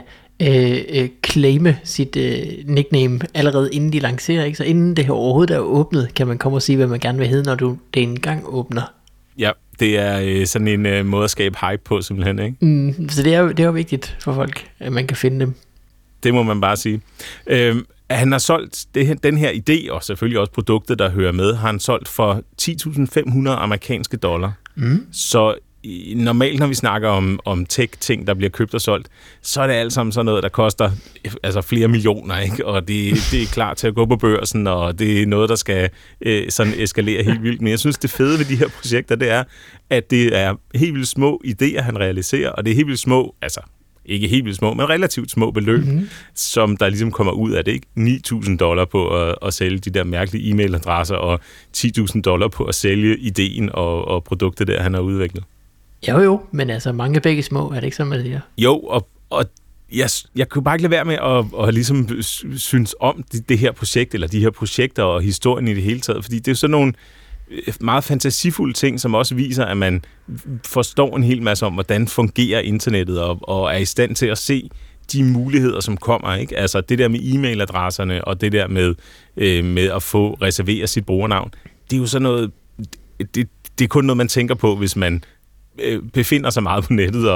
claime sit nickname allerede inden de lancerer, ikke? Så inden det her overhovedet er åbnet, kan man komme og sige, hvad man gerne vil hedde, når du det engang åbner. Ja, det er sådan en måde at skabe hype på, simpelthen, ikke? Så det er jo vigtigt for folk, at man kan finde dem. Det må man bare sige. Han har solgt den her idé, og selvfølgelig også produktet, der hører med, har han solgt for $10,500 amerikanske dollar. Så normalt, når vi snakker om tech-ting, der bliver købt og solgt, så er det alt sammen sådan noget, der koster altså flere millioner, ikke? Og det er klar til at gå på børsen, og det er noget, der skal sådan eskalere helt vildt. Men jeg synes, det fede ved de her projekter, det er, at det er helt vildt små idéer, han realiserer, og det er helt vildt små, altså ikke helt vildt små, men relativt små beløb, som der ligesom kommer ud af det, ikke? $9,000 på at sælge de der mærkelige e-mailadresser, og $10,000 på at sælge ideen og produktet der, han har udviklet. Jo, men altså mange begge små, er det ikke sådan, man siger? Jo, og jeg kunne bare ikke lade være med at ligesom synes om det her projekt, eller de her projekter og historien i det hele taget, fordi det er sådan nogle meget fantasifulde ting, som også viser, at man forstår en hel masse om, hvordan fungerer internettet, og er i stand til at se de muligheder, som kommer, ikke? Altså det der med e-mailadresserne, og det der med at få reservere sit brugernavn, det er jo sådan noget, det er kun noget, man tænker på, hvis man befinder sig meget på nettet,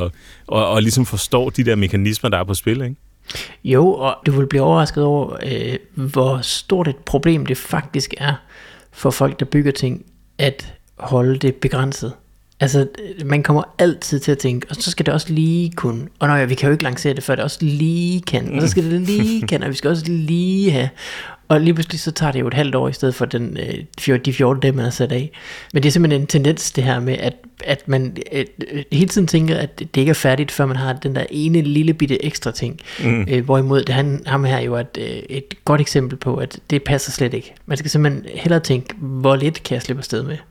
og ligesom forstår de der mekanismer, der er på spil, ikke? Jo, og du vil blive overrasket over, hvor stort et problem det faktisk er for folk, der bygger ting, at holde det begrænset. Altså, man kommer altid til at tænke, og så skal det også lige kunne, og nej, vi kan jo ikke lancere det, før det også lige kan, og så skal det lige kan, og vi skal også lige have, og lige pludselig så tager det jo et halvt år i stedet for de 14 dage, man har sat af. Men det er simpelthen en tendens, det her med, at man hele tiden tænker, at det ikke er færdigt, før man har den der ene lille bitte ekstra ting. Hvorimod ham her jo er et godt eksempel på, at det passer slet ikke. Man skal simpelthen hellere tænke, hvor lidt kan jeg slippe afsted med.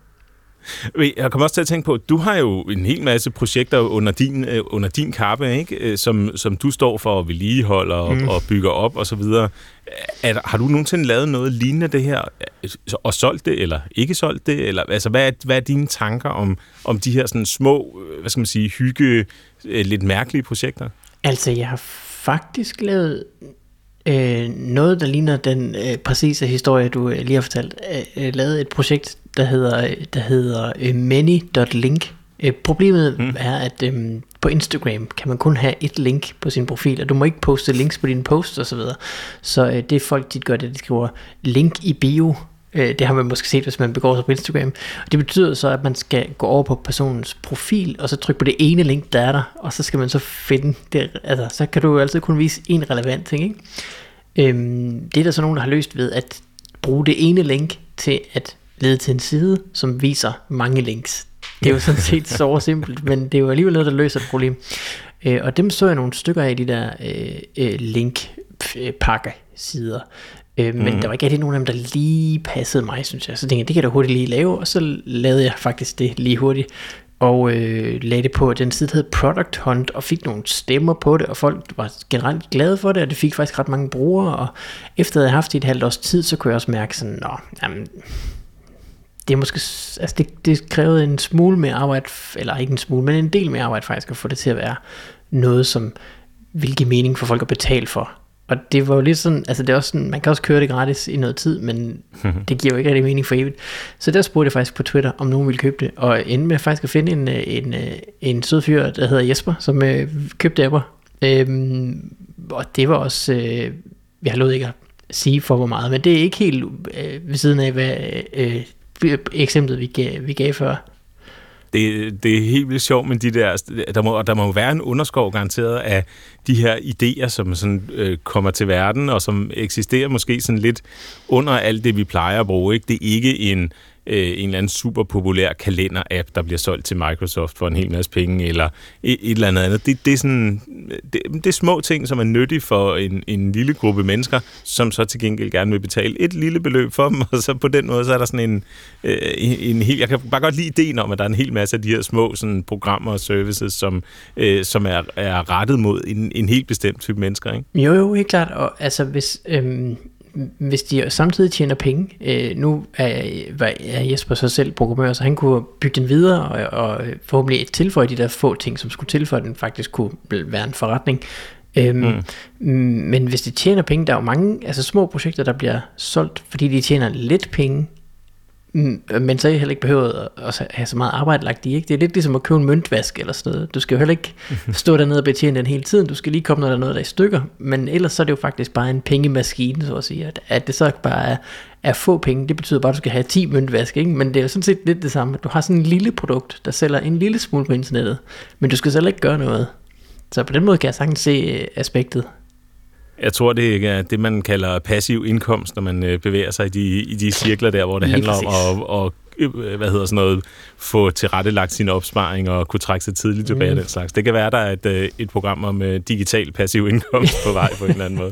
Jeg kommer også til at tænke på, at du har jo en hel masse projekter under din kappe, ikke? Som du står for at vedligeholde og bygger op og så videre. Har du nogensinde lavet noget lignende det her, og solgt det, eller ikke solgt det? Eller, altså, hvad er dine tanker om de her sådan små, hvad skal man sige, lidt mærkelige projekter? Altså, jeg har faktisk lavet noget, der ligner den præcise historie, du lige har fortalt. Lavet et projekt, der hedder many.link. Problemet er, at på Instagram kan man kun have et link på sin profil, og du må ikke poste links på dine posts osv. Så det folk tit gør, det de skriver link i bio. Det har man måske set, hvis man begår sig på Instagram. Og det betyder så, at man skal gå over på personens profil, og så trykke på det ene link, der er der, og så skal man så finde det. Altså, så kan du jo altid kun vise en relevant ting, ikke? Det er der så nogen, der har løst ved at bruge det ene link til at lede til en side, som viser mange links. Det er jo sådan set så simpelt, men det er jo alligevel noget, der løser et problem. Og dem så jeg nogle stykker af de der link-pakke-sider. Men der var ikke rigtig nogen af dem, der lige passede mig, synes jeg. Så tænkte jeg, det kan jeg da hurtigt lige lave, og så lavede jeg faktisk det lige hurtigt. Og lagde det på den side, der hed Product Hunt, og fik nogle stemmer på det, og folk var generelt glade for det, og det fik faktisk ret mange brugere, og efter at jeg havde haft det et halvt års tid, så kunne jeg også mærke sådan, det er måske, altså det krævede en smule mere arbejde, eller ikke en smule, men en del mere arbejde faktisk, at få det til at være noget, som vil give mening for folk at betale for. Og det var jo lidt sådan, altså det er også sådan, man kan også køre det gratis i noget tid, men det giver jo ikke rigtig mening for evigt. Så der spurgte jeg faktisk på Twitter, om nogen ville købe det, og endte med faktisk at finde en sød fyr, der hedder Jesper, som købte apper. Og det var også, jeg har lovet ikke at sige for hvor meget, men det er ikke helt ved siden af, hvad eksemplet vi gav før. Det er helt vildt sjovt, men der må jo være en underskov garanteret af de her idéer, som sådan, kommer til verden, og som eksisterer måske sådan lidt under alt det, vi plejer at bruge. Ikke? Det er ikke en eller anden super populær kalender-app, der bliver solgt til Microsoft for en hel masse penge, eller et eller andet. Det er sådan, det er små ting, som er nyttige for en lille gruppe mennesker, som så til gengæld gerne vil betale et lille beløb for dem, og så på den måde, så er der sådan en helt, jeg kan bare godt lide ideen om, at der er en hel masse af de her små sådan, programmer og services, som er rettet mod en helt bestemt type mennesker, ikke? Jo, helt klart, og altså hvis de samtidig tjener penge, nu er Jesper så selv programmør, så han kunne bygge den videre, og forhåbentlig tilføje de der få ting, som skulle til, for at den faktisk kunne være en forretning. Men hvis de tjener penge, der er jo mange altså små projekter, der bliver solgt, fordi de tjener lidt penge, men så heller ikke behøver at have så meget arbejde lagt i, ikke? Det er lidt ligesom at købe en møntvask eller sådan noget. Du skal jo heller ikke stå dernede og betjene den hele tiden. Du skal lige komme, når der er noget, der er i stykker. Men ellers så er det jo faktisk bare en pengemaskine, så at sige. At det så bare er få penge, det betyder bare, at du skal have 10 møntvaske, ikke? Men det er jo sådan set lidt det samme. Du har sådan en lille produkt, der sælger en lille smule på internettet, men du skal selv ikke gøre noget. Så på den måde kan jeg sagtens se aspektet. Jeg tror, det er det, man kalder passiv indkomst, når man bevæger sig i de cirkler der, hvor det handler om at få tilrettelagt sin opsparing og kunne trække sig tidligt tilbage den slags. Det kan være, der er et program om digital passiv indkomst på vej på en eller anden måde.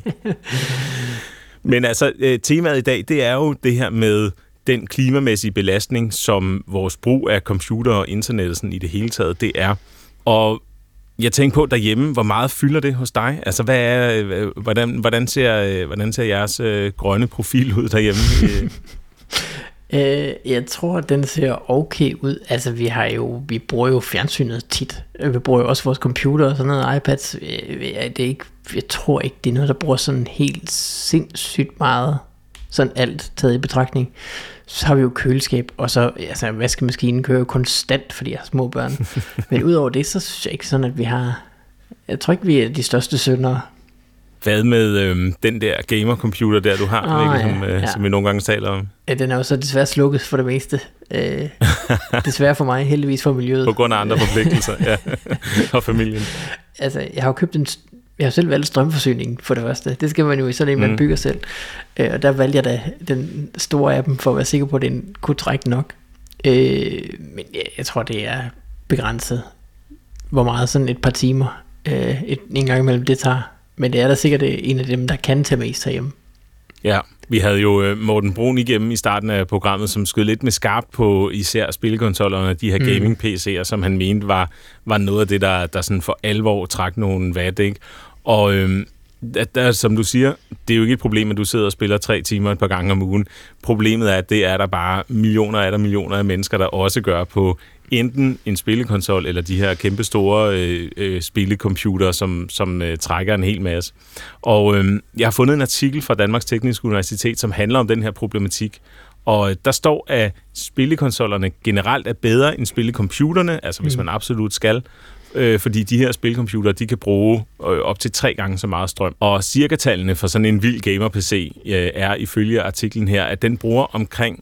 Men altså, temaet i dag, det er jo det her med den klimamæssige belastning, som vores brug af computer og internet sådan i det hele taget, det er. Og Jeg tænker på derhjemme, hvor meget fylder det hos dig? Altså, hvordan ser jeres grønne profil ud derhjemme? Jeg tror, at den ser okay ud. Altså, vi bruger jo fjernsynet tit. Vi bruger jo også vores computer og sådan noget, iPads. Jeg tror ikke, det er noget, der bruger sådan helt sindssygt meget. Sådan alt taget i betragtning. Så har vi jo køleskab, og så vaskemaskinen kører jo konstant, fordi jeg har små børn. Men udover det, så synes jeg ikke sådan, at vi har... Jeg tror ikke, vi er de største syndere. Hvad med den der gamer-computer der, du har, som vi nogle gange taler om? Ja, den er jo så desværre slukket for det meste. Desværre for mig, heldigvis for miljøet. På grund af andre forpligtelser, ja. Og familien. Altså, jeg har selv valgt strømforsyningen for det første. Det skal man jo i sådan en, man bygger selv. Og der valgte jeg da den store af dem, for at være sikker på, at den kunne trække nok. Men jeg tror, det er begrænset, hvor meget sådan et par timer en gang imellem det tager. Men det er da sikkert en af dem, der kan tage mest herhjemme. Ja, vi havde jo Morten Brun igennem i starten af programmet, som skød lidt med skarpt på især spillekonsollerne og de her gaming-PC'er, som han mente var noget af det, der sådan for alvor trak nogle watt, ikke? Og der, som du siger, det er jo ikke et problem, at du sidder og spiller 3 timer et par gange om ugen. Problemet er, at det er der bare millioner af mennesker, der også gør på enten en spillekonsol eller de her kæmpe store spillecomputere, som trækker en hel masse. Og jeg har fundet en artikel fra Danmarks Tekniske Universitet, som handler om den her problematik. Og der står, at spillekonsollerne generelt er bedre end spillecomputerne, altså hvis man absolut skal, fordi de her spilcomputere, de kan bruge op til 3 gange så meget strøm. Og cirka-tallene for sådan en vild gamer-PC er ifølge artiklen her, at den bruger omkring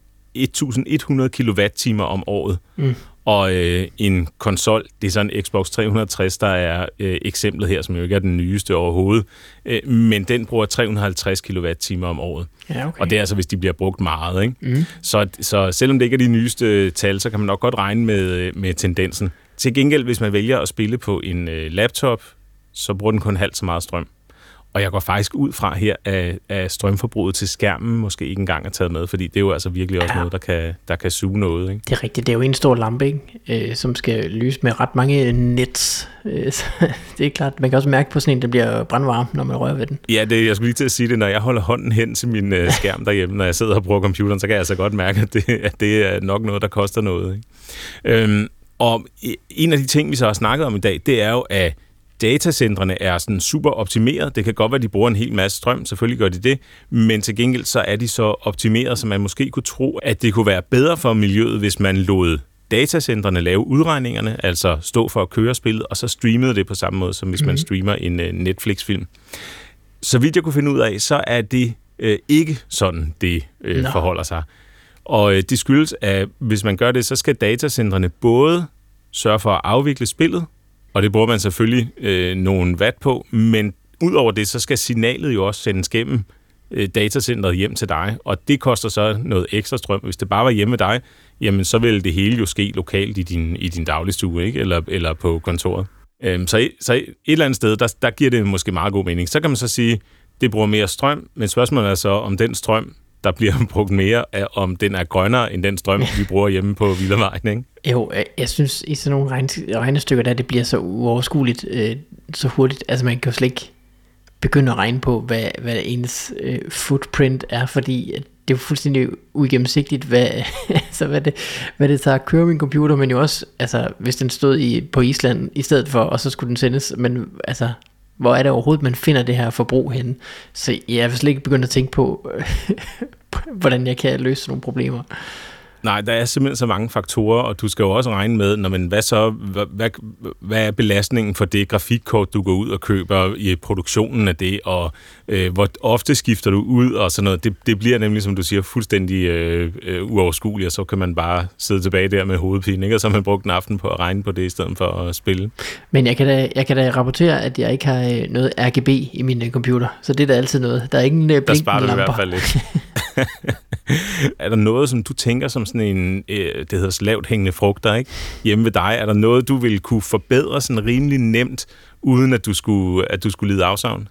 1100 kWh om året. Og en konsol, det er sådan en Xbox 360, der er eksemplet her, som jo ikke er den nyeste overhovedet, men den bruger 350 kWh om året. Ja, okay. Og det er altså, hvis de bliver brugt meget, ikke? Så selvom det ikke er de nyeste tal, så kan man nok godt regne med tendensen. Til gengæld, hvis man vælger at spille på en laptop, så bruger den kun halvt så meget strøm. Og jeg går faktisk ud fra her, at strømforbruget til skærmen måske ikke engang er taget med, fordi det er jo altså virkelig også noget, der kan suge noget, ikke? Det er rigtigt. Det er jo en stor lampe, ikke? Som skal lyse med ret mange nets. Det er klart. Man kan også mærke på sådan en, der bliver brandvarm, når man rører ved den. Ja, jeg skulle lige til at sige det. Når jeg holder hånden hen til min skærm derhjemme, når jeg sidder og bruger computeren, så kan jeg altså godt mærke, at det er nok noget, der koster noget, ikke? Og en af de ting, vi så har snakket om i dag, det er jo, at datacentrene er sådan super optimeret. Det kan godt være, at de bruger en hel masse strøm. Selvfølgelig gør de det. Men til gengæld så er de så optimeret, så man måske kunne tro, at det kunne være bedre for miljøet, hvis man lod datacentrene lave udregningerne, altså stå for at køre spillet, og så streamede det på samme måde, som hvis man streamer en Netflix-film. Så vidt jeg kunne finde ud af, så er det ikke sådan, det forholder sig. Og det skyldes, at hvis man gør det, så skal datacentrene både sørge for at afvikle spillet, og det bruger man selvfølgelig nogle watt på, men udover det, så skal signalet jo også sendes gennem datacentret hjem til dig, og det koster så noget ekstra strøm. Hvis det bare var hjemme med dig, jamen så vil det hele jo ske lokalt i din dagligstue, ikke? Eller på kontoret. Så et eller andet sted, der giver det måske meget god mening. Så kan man så sige, det bruger mere strøm, men spørgsmålet er så, om den strøm, der bliver brugt mere, om den er grønnere end den strøm, vi bruger hjemme på Villavejen, ikke? Jo, jeg synes, i sådan nogle regnestykker, der det bliver så uoverskueligt så hurtigt. Altså, man kan jo slet ikke begynde at regne på, hvad ens footprint er, fordi det er jo fuldstændig uigennemsigtigt, hvad det tager at køre min computer, men jo også, altså, hvis den stod på Island i stedet for, og så skulle den sendes, men altså, hvor er det overhovedet, man finder det her forbrug henne? Så jeg vil slet ikke begynde at tænke på, hvordan jeg kan løse nogle problemer. Nej, der er simpelthen så mange faktorer, og du skal jo også regne med, hvad er belastningen for det grafikkort, du går ud og køber i produktionen af det, og hvor ofte skifter du ud og sådan noget. Det bliver nemlig, som du siger, fuldstændig uoverskueligt, og så kan man bare sidde tilbage der med hovedpine, ikke? Og så har man brugt en aften på at regne på det, i stedet for at spille. Men jeg kan da rapportere, at jeg ikke har noget RGB i min computer, så det er da altid noget. Der er ingen blinkende lamper. Der sparer du i hvert fald lidt. Er der noget, som du tænker som sådan en, det hedder lavt hængende frugter, ikke? Hjemme ved dig, er der noget, du ville kunne forbedre sådan rimelig nemt, uden at du skulle lide afsavn?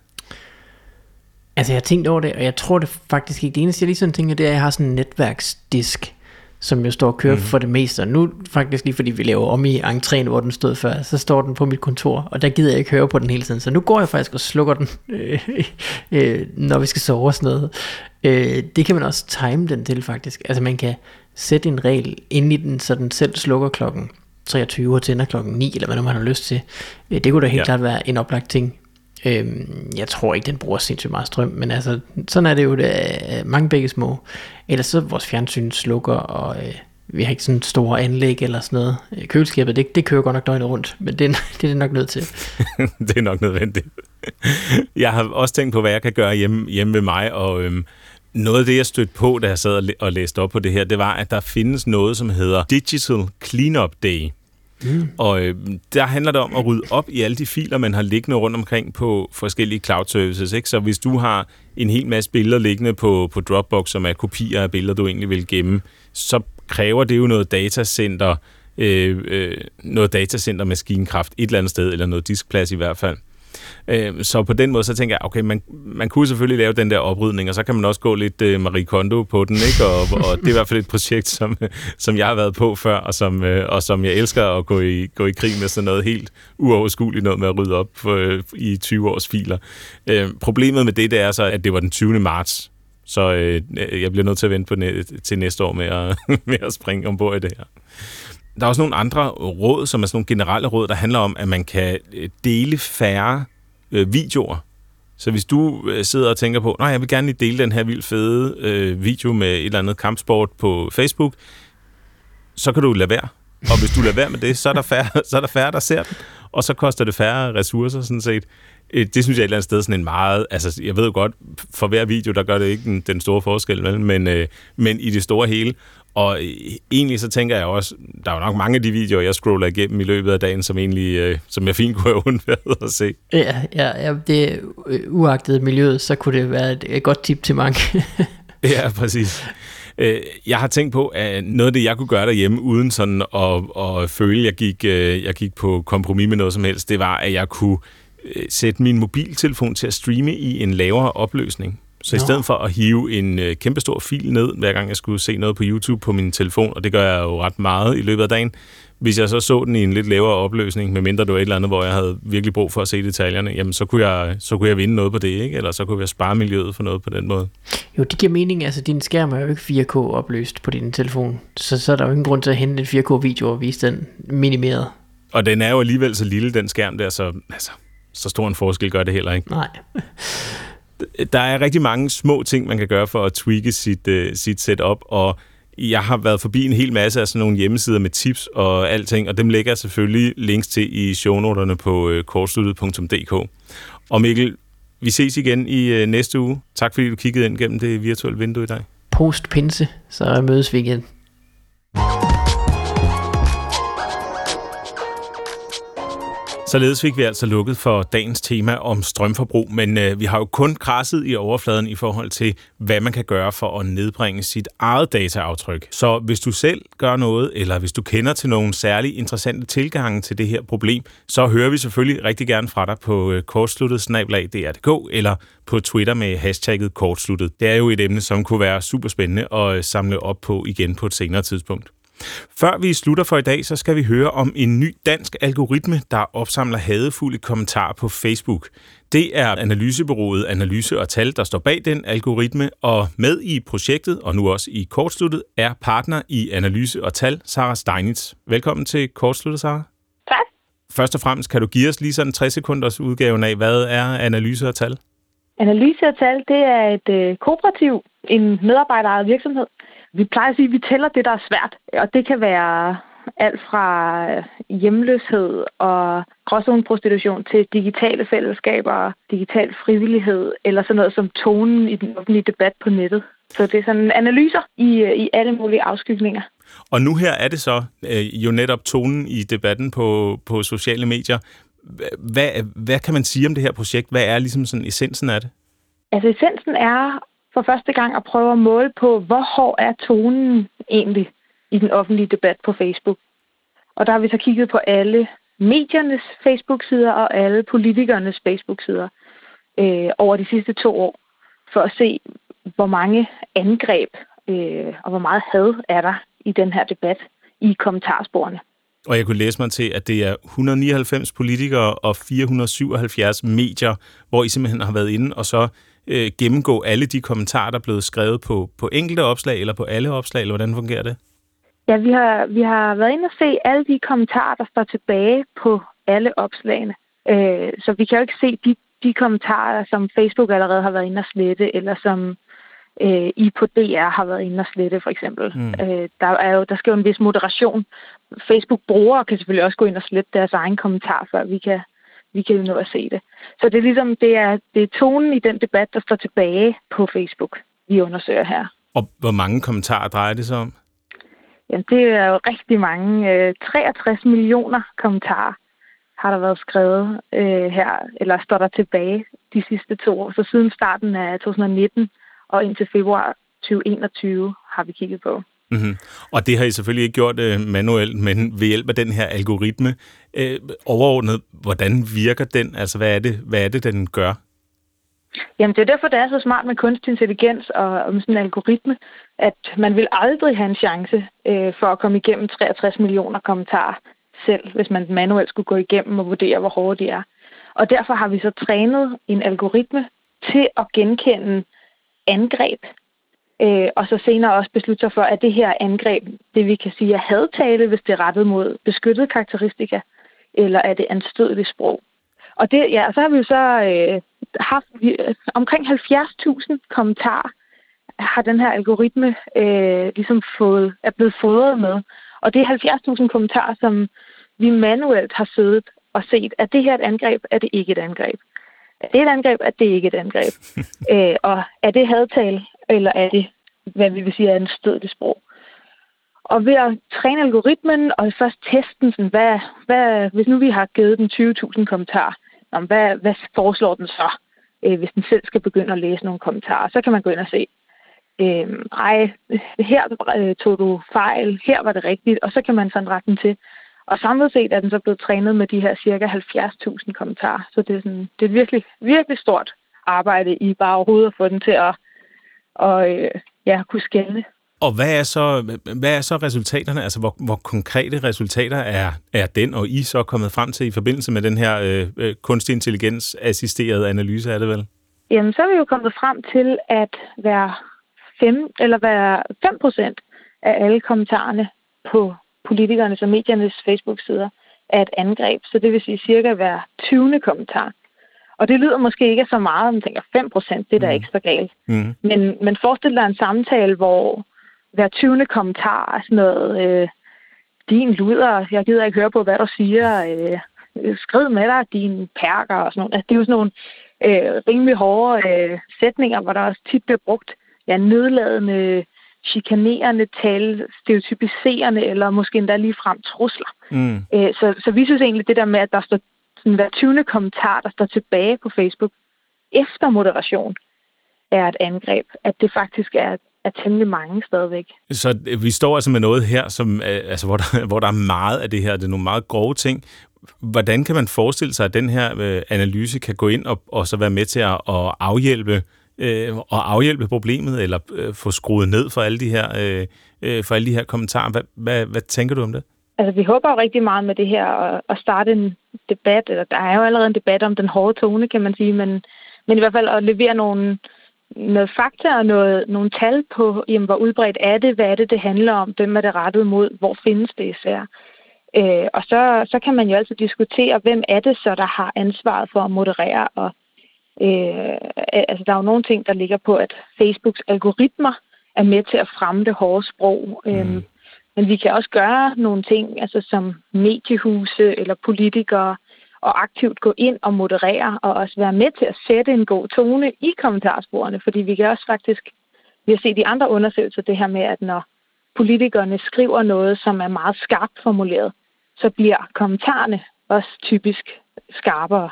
Altså, jeg har tænkt over det, og jeg tror det faktisk ikke. Det eneste, jeg lige sådan tænker, det er, at jeg har sådan en netværksdisk, som jo står og kører for det meste. Og nu faktisk lige fordi vi laver om i entréen, hvor den stod før, så står den på mit kontor, og der gider jeg ikke høre på den hele tiden. Så nu går jeg faktisk og slukker den, når vi skal sove og sådan noget. Det kan man også time den til faktisk. Altså man kan sætte en regel ind i den, så den selv slukker klokken 23 og tænder klokken 9, eller hvad man har lyst til. Det kunne da helt klart være en oplagt ting. Jeg tror ikke, den bruger sindssygt meget strøm, men altså, sådan er det jo, mange begge små. Ellers så vores fjernsyn slukker, og vi har ikke sådan store anlæg eller sådan noget. Køleskabet, det kører godt nok døgnet rundt, men det er det nok nødt til. Det er nok nødvendigt. Jeg har også tænkt på, hvad jeg kan gøre hjemme ved mig, og noget af det, jeg stødte på, da jeg sad og læste op på det her, det var, at der findes noget, som hedder Digital Cleanup Day. Og der handler det om at rydde op i alle de filer, man har liggende rundt omkring på forskellige cloud services. Ikke? Så hvis du har en hel masse billeder liggende på Dropbox, som er kopier af billeder, du egentlig vil gemme, så kræver det jo noget datacenter maskinkraft et eller andet sted, eller noget diskplads i hvert fald. Så på den måde, så tænker jeg, okay, man kunne selvfølgelig lave den der oprydning, og så kan man også gå lidt Marie Kondo på den, ikke? Og det er i hvert fald et projekt, som jeg har været på før, og som jeg elsker at gå i krig med sådan noget helt uoverskueligt noget med at rydde op i 20 års filer. Problemet med det er så, at det var den 20. marts, så jeg bliver nødt til at vente til næste år med at springe ombord i det her. Der er også nogle andre råd, som er sådan nogle generelle råd, der handler om, at man kan dele færre videoer. Så hvis du sidder og tænker på, jeg vil gerne lige dele den her vildt fede video med et eller andet kampsport på Facebook, så kan du lade være. Og hvis du lader være med det, så er der færre, der ser den, og så koster det færre ressourcer, sådan set. Det synes jeg et eller andet sted sådan en meget... Altså, jeg ved jo godt, for hver video, der gør det ikke den store forskel, men i det store hele. Og egentlig så tænker jeg også, der er jo nok mange af de videoer, jeg scroller igennem i løbet af dagen, som jeg fint kunne have undværet at se. Ja, det er uagtet miljøet, så kunne det være et godt tip til mange. Ja, præcis. Jeg har tænkt på, at noget af det, jeg kunne gøre derhjemme, uden sådan at føle, at jeg gik på kompromis med noget som helst, det var, at jeg kunne sætte min mobiltelefon til at streame i en lavere opløsning. Så i stedet for at hive en kæmpestor fil ned, hver gang jeg skulle se noget på YouTube på min telefon, og det gør jeg jo ret meget i løbet af dagen, hvis jeg så den i en lidt lavere opløsning, medmindre det var et eller andet, hvor jeg havde virkelig brug for at se detaljerne, jamen så kunne jeg vinde noget på det, ikke? Eller så kunne jeg spare miljøet for noget på den måde. Jo, det giver mening. Altså, din skærm er jo ikke 4K opløst på din telefon, så er der jo ingen grund til at hente en 4K-video og vise den minimeret. Og den er jo alligevel så lille, den skærm der, så stor en forskel gør det heller ikke. Nej. Der er rigtig mange små ting, man kan gøre for at tweake sit setup, og jeg har været forbi en hel masse af sådan nogle hjemmesider med tips og alting, og dem lægger jeg selvfølgelig links til i shownoterne på kortsluttet.dk. Og Mikkel, vi ses igen i næste uge. Tak fordi du kiggede ind gennem det virtuelle vindue i dag. Post-pinse, så mødes vi igen. Således fik vi altså lukket for dagens tema om strømforbrug, men vi har jo kun krasset i overfladen i forhold til, hvad man kan gøre for at nedbringe sit eget dataaftryk. Så hvis du selv gør noget, eller hvis du kender til nogle særlig interessante tilgange til det her problem, så hører vi selvfølgelig rigtig gerne fra dig på kortsluttet@dr.dk eller på Twitter med hashtagget kortsluttet. Det er jo et emne, som kunne være super spændende at samle op på igen på et senere tidspunkt. Før vi slutter for i dag, så skal vi høre om en ny dansk algoritme, der opsamler hadefulde kommentarer på Facebook. Det er analysebureauet Analyse og Tal, der står bag den algoritme, og med i projektet, og nu også i Kortsluttet, er partner i Analyse og Tal, Sarah Steinitz. Velkommen til Kortsluttet, Sarah. Tak. Først og fremmest, kan du give os lige sådan 60 sekunders udgaven af, hvad er Analyse og Tal? Analyse og Tal, det er et kooperativ, en medarbejderejet virksomhed. Vi plejer at sige, at vi tæller det, der er svært, og det kan være alt fra hjemløshed og gråzoneprostitution til digitale fællesskaber, digital frivillighed eller sådan noget som tonen i den offentlige debat på nettet. Så det er sådan analyser i alle mulige afskygninger. Og nu her er det så jo netop tonen i debatten på sociale medier. Hvad kan man sige om det her projekt? Hvad er ligesom sådan essensen af det? Altså essensen er for første gang at prøve at måle på, hvor hård er tonen egentlig i den offentlige debat på Facebook. Og der har vi så kigget på alle mediernes Facebook-sider og alle politikernes Facebook-sider over de sidste 2 år, for at se, hvor mange angreb og hvor meget had er der i den her debat i kommentarsporene. Og jeg kunne læse mig til, at det er 199 politikere og 477 medier, hvor I simpelthen har været inde og så gennemgå alle de kommentarer, der er blevet skrevet på enkelte opslag eller på alle opslag, eller hvordan fungerer det? Ja, vi har været inde og se alle de kommentarer, der står tilbage på alle opslagene. Så vi kan jo ikke se de kommentarer, som Facebook allerede har været inde og slette, eller som I på DR har været inde og slette, for eksempel. Der skal jo en vis moderation. Facebook-brugere kan selvfølgelig også gå ind og slette deres egen kommentar, før vi kan nå at se det. Så det er ligesom, det er tonen i den debat, der står tilbage på Facebook, vi undersøger her. Og hvor mange kommentarer drejer det sig om? Jamen, det er jo rigtig mange. 63 millioner kommentarer har der været skrevet her, eller står der tilbage de sidste 2 år. Så siden starten af 2019 og indtil februar 2021 har vi kigget på. Mm-hmm. Og det har I selvfølgelig ikke gjort manuelt, men ved hjælp af den her algoritme. Overordnet, hvordan virker den? Altså, hvad er det, den gør? Jamen, det er derfor, det er så smart med kunstig intelligens og med sådan en algoritme, at man vil aldrig have en chance for at komme igennem 63 millioner kommentarer selv, hvis man manuelt skulle gå igennem og vurdere, hvor hårde de er. Og derfor har vi så trænet en algoritme til at genkende angreb, og så senere også beslutte sig for, at det her angreb, det vi kan sige er hadtale, hvis det er rettet mod beskyttede karakteristika, eller er det anstødeligt sprog. Og det, ja, så har vi jo så haft omkring 70.000 kommentarer, har den her algoritme ligesom er blevet fodret med. Og det er 70.000 kommentarer, som vi manuelt har siddet og set, at det her er et angreb, er det ikke et angreb. Er det et angreb, er det ikke et angreb. Og er det hadtale, eller er det, hvad vi vil sige, er en stødelig sprog. Og ved at træne algoritmen, og først teste den, sådan, hvis nu vi har givet den 20.000 kommentarer, hvad foreslår den så, hvis den selv skal begynde at læse nogle kommentarer? Så kan man gå ind og se, her tog du fejl, her var det rigtigt, og så kan man sådan rette den til. Og samlet set er den så blevet trænet med de her cirka 70.000 kommentarer. Så det er et virkelig, virkelig stort arbejde i bare overhovedet at få den til at kunne skelne. Og hvad er så resultaterne? Altså, hvor konkrete resultater er den og I så kommet frem til i forbindelse med den her kunstig intelligens assisterede analyse, er det vel? Jamen, så er vi jo kommet frem til, at hver 5% af alle kommentarerne på politikernes og mediernes Facebook-sider er et angreb. Så det vil sige cirka hver 20. kommentar. Og det lyder måske ikke så meget, om man tænker 5%, det er da ekstra galt. Mm. Men forestil dig en samtale, hvor hver 20. kommentar er sådan noget, din luder, jeg gider ikke høre på, hvad du siger, skrid med dig, dine perker og sådan noget. Altså, det er jo sådan nogle rimelig hårde sætninger, hvor der også tit bliver brugt nedladende, chikanerende, tale, stereotypiserende, eller måske endda ligefrem trusler. Mm. Så vi synes egentlig, det der med, at der står sådan hver 20. kommentar, der står tilbage på Facebook, efter moderation, er et angreb, at det faktisk er temmelig mange stadigvæk. Så vi står altså med noget her, som, altså, hvor der er meget af det her, det er nogle meget grove ting. Hvordan kan man forestille sig, at den her analyse kan gå ind og så være med til at afhjælpe problemet, eller få skruet ned for alle de her kommentarer? Hvad tænker du om det? Altså, vi håber jo rigtig meget med det her at starte en debat, eller der er jo allerede en debat om den hårde tone, kan man sige, men i hvert fald at levere noget fakta og nogle tal på, jamen, hvor udbredt er det, hvad er det handler om, hvem er det rettet mod, hvor findes det især. Og så kan man jo altid diskutere, hvem er det så, der har ansvaret for at moderere. Og altså, der er jo nogle ting, der ligger på, at Facebooks algoritmer er med til at fremme det hårde sprog. Men vi kan også gøre nogle ting, altså som mediehuse eller politikere, og aktivt gå ind og moderere, og også være med til at sætte en god tone i kommentarsporene. Fordi vi kan også faktisk, vi har set i andre undersøgelser det her med, at når politikerne skriver noget, som er meget skarpt formuleret, så bliver kommentarerne også typisk skarpere.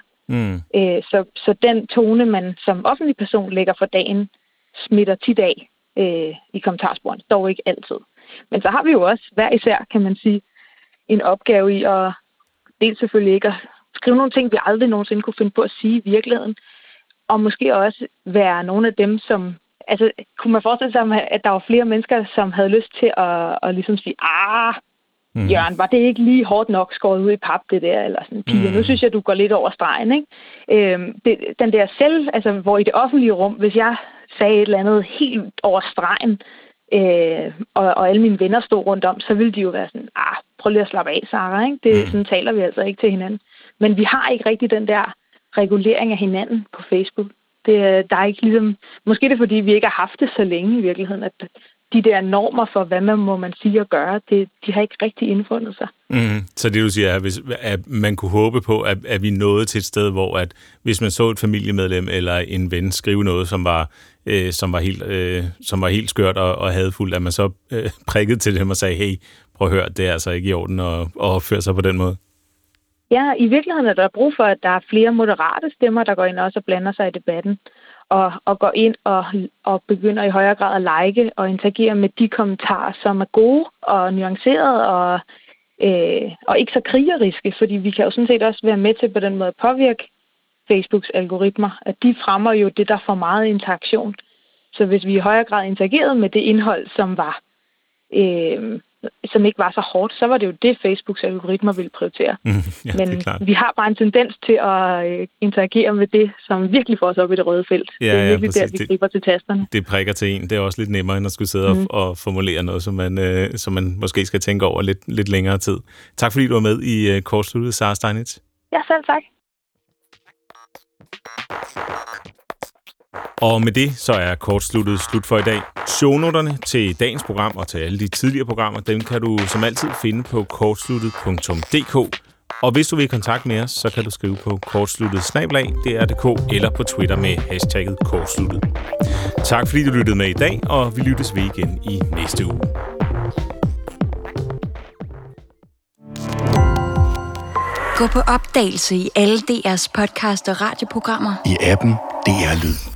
Så den tone, man som offentlig person lægger for dagen, smitter tit af i kommentarsporene. Dog ikke altid. Men så har vi jo også hver især, kan man sige, en opgave i at dels selvfølgelig ikke at skrive nogle ting, vi aldrig nogensinde kunne finde på at sige i virkeligheden, og måske også være nogle af dem, som altså, kunne man forestille sig, at der var flere mennesker, som havde lyst til at ligesom sige, Jørgen, var det ikke lige hårdt nok skåret ud i pap, det der? Eller sådan, Pia, nu synes jeg, du går lidt over stregen, ikke? Den der selv, altså, hvor i det offentlige rum, hvis jeg sagde et eller andet helt over stregen, og alle mine venner stod rundt om, så ville de jo være sådan, prøv lige at slappe af, Sarah, ikke? Sådan taler vi altså ikke til hinanden. Men vi har ikke rigtig den der regulering af hinanden på Facebook. Der er ikke ligesom, måske det er fordi, vi ikke har haft det så længe i virkeligheden, at de der normer for, hvad man må man sige og gøre, de har ikke rigtig indfundet sig. Så det du siger er, at man kunne håbe på, at vi nåede til et sted, hvor at hvis man så et familiemedlem eller en ven skrive noget, som var helt skørt og hadefuldt, at man så prikkede til dem og sagde, hey, prøv at høre, det er altså ikke i orden at opføre sig på den måde. Ja, i virkeligheden er der brug for, at der er flere moderate stemmer, der går ind også og blander sig i debatten, og går ind og begynder i højere grad at like og interagere med de kommentarer, som er gode og nuancerede og ikke så krigeriske, fordi vi kan jo sådan set også være med til på den måde at påvirke Facebooks algoritmer, at de fremmer jo det, der får meget interaktion. Så hvis vi i højere grad interagerede med det indhold, som ikke var så hårdt, så var det jo det, Facebooks algoritmer ville prioritere. Ja, men vi har bare en tendens til at interagere med det, som virkelig får os op i det røde felt. Ja, det er virkelig der, vi griber til tasterne. Det prikker til en. Det er også lidt nemmere, end at skulle sidde og formulere noget, som man måske skal tænke over lidt længere tid. Tak fordi du var med i Kortsluttet, Sarah Steinitz. Ja, selv tak. Og med det, så er Kortsluttet slut for i dag. Shownoterne til dagens program og til alle de tidligere programmer, dem kan du som altid finde på kortsluttet.dk. Og hvis du vil i kontakt med os, så kan du skrive på kortsluttet@dr.dk eller på Twitter med hashtagget kortsluttet. Tak fordi du lyttede med i dag, og vi lyttes ved igen i næste uge. Gå på opdagelse i alle DR's podcast og radioprogrammer. I appen DR Lyd.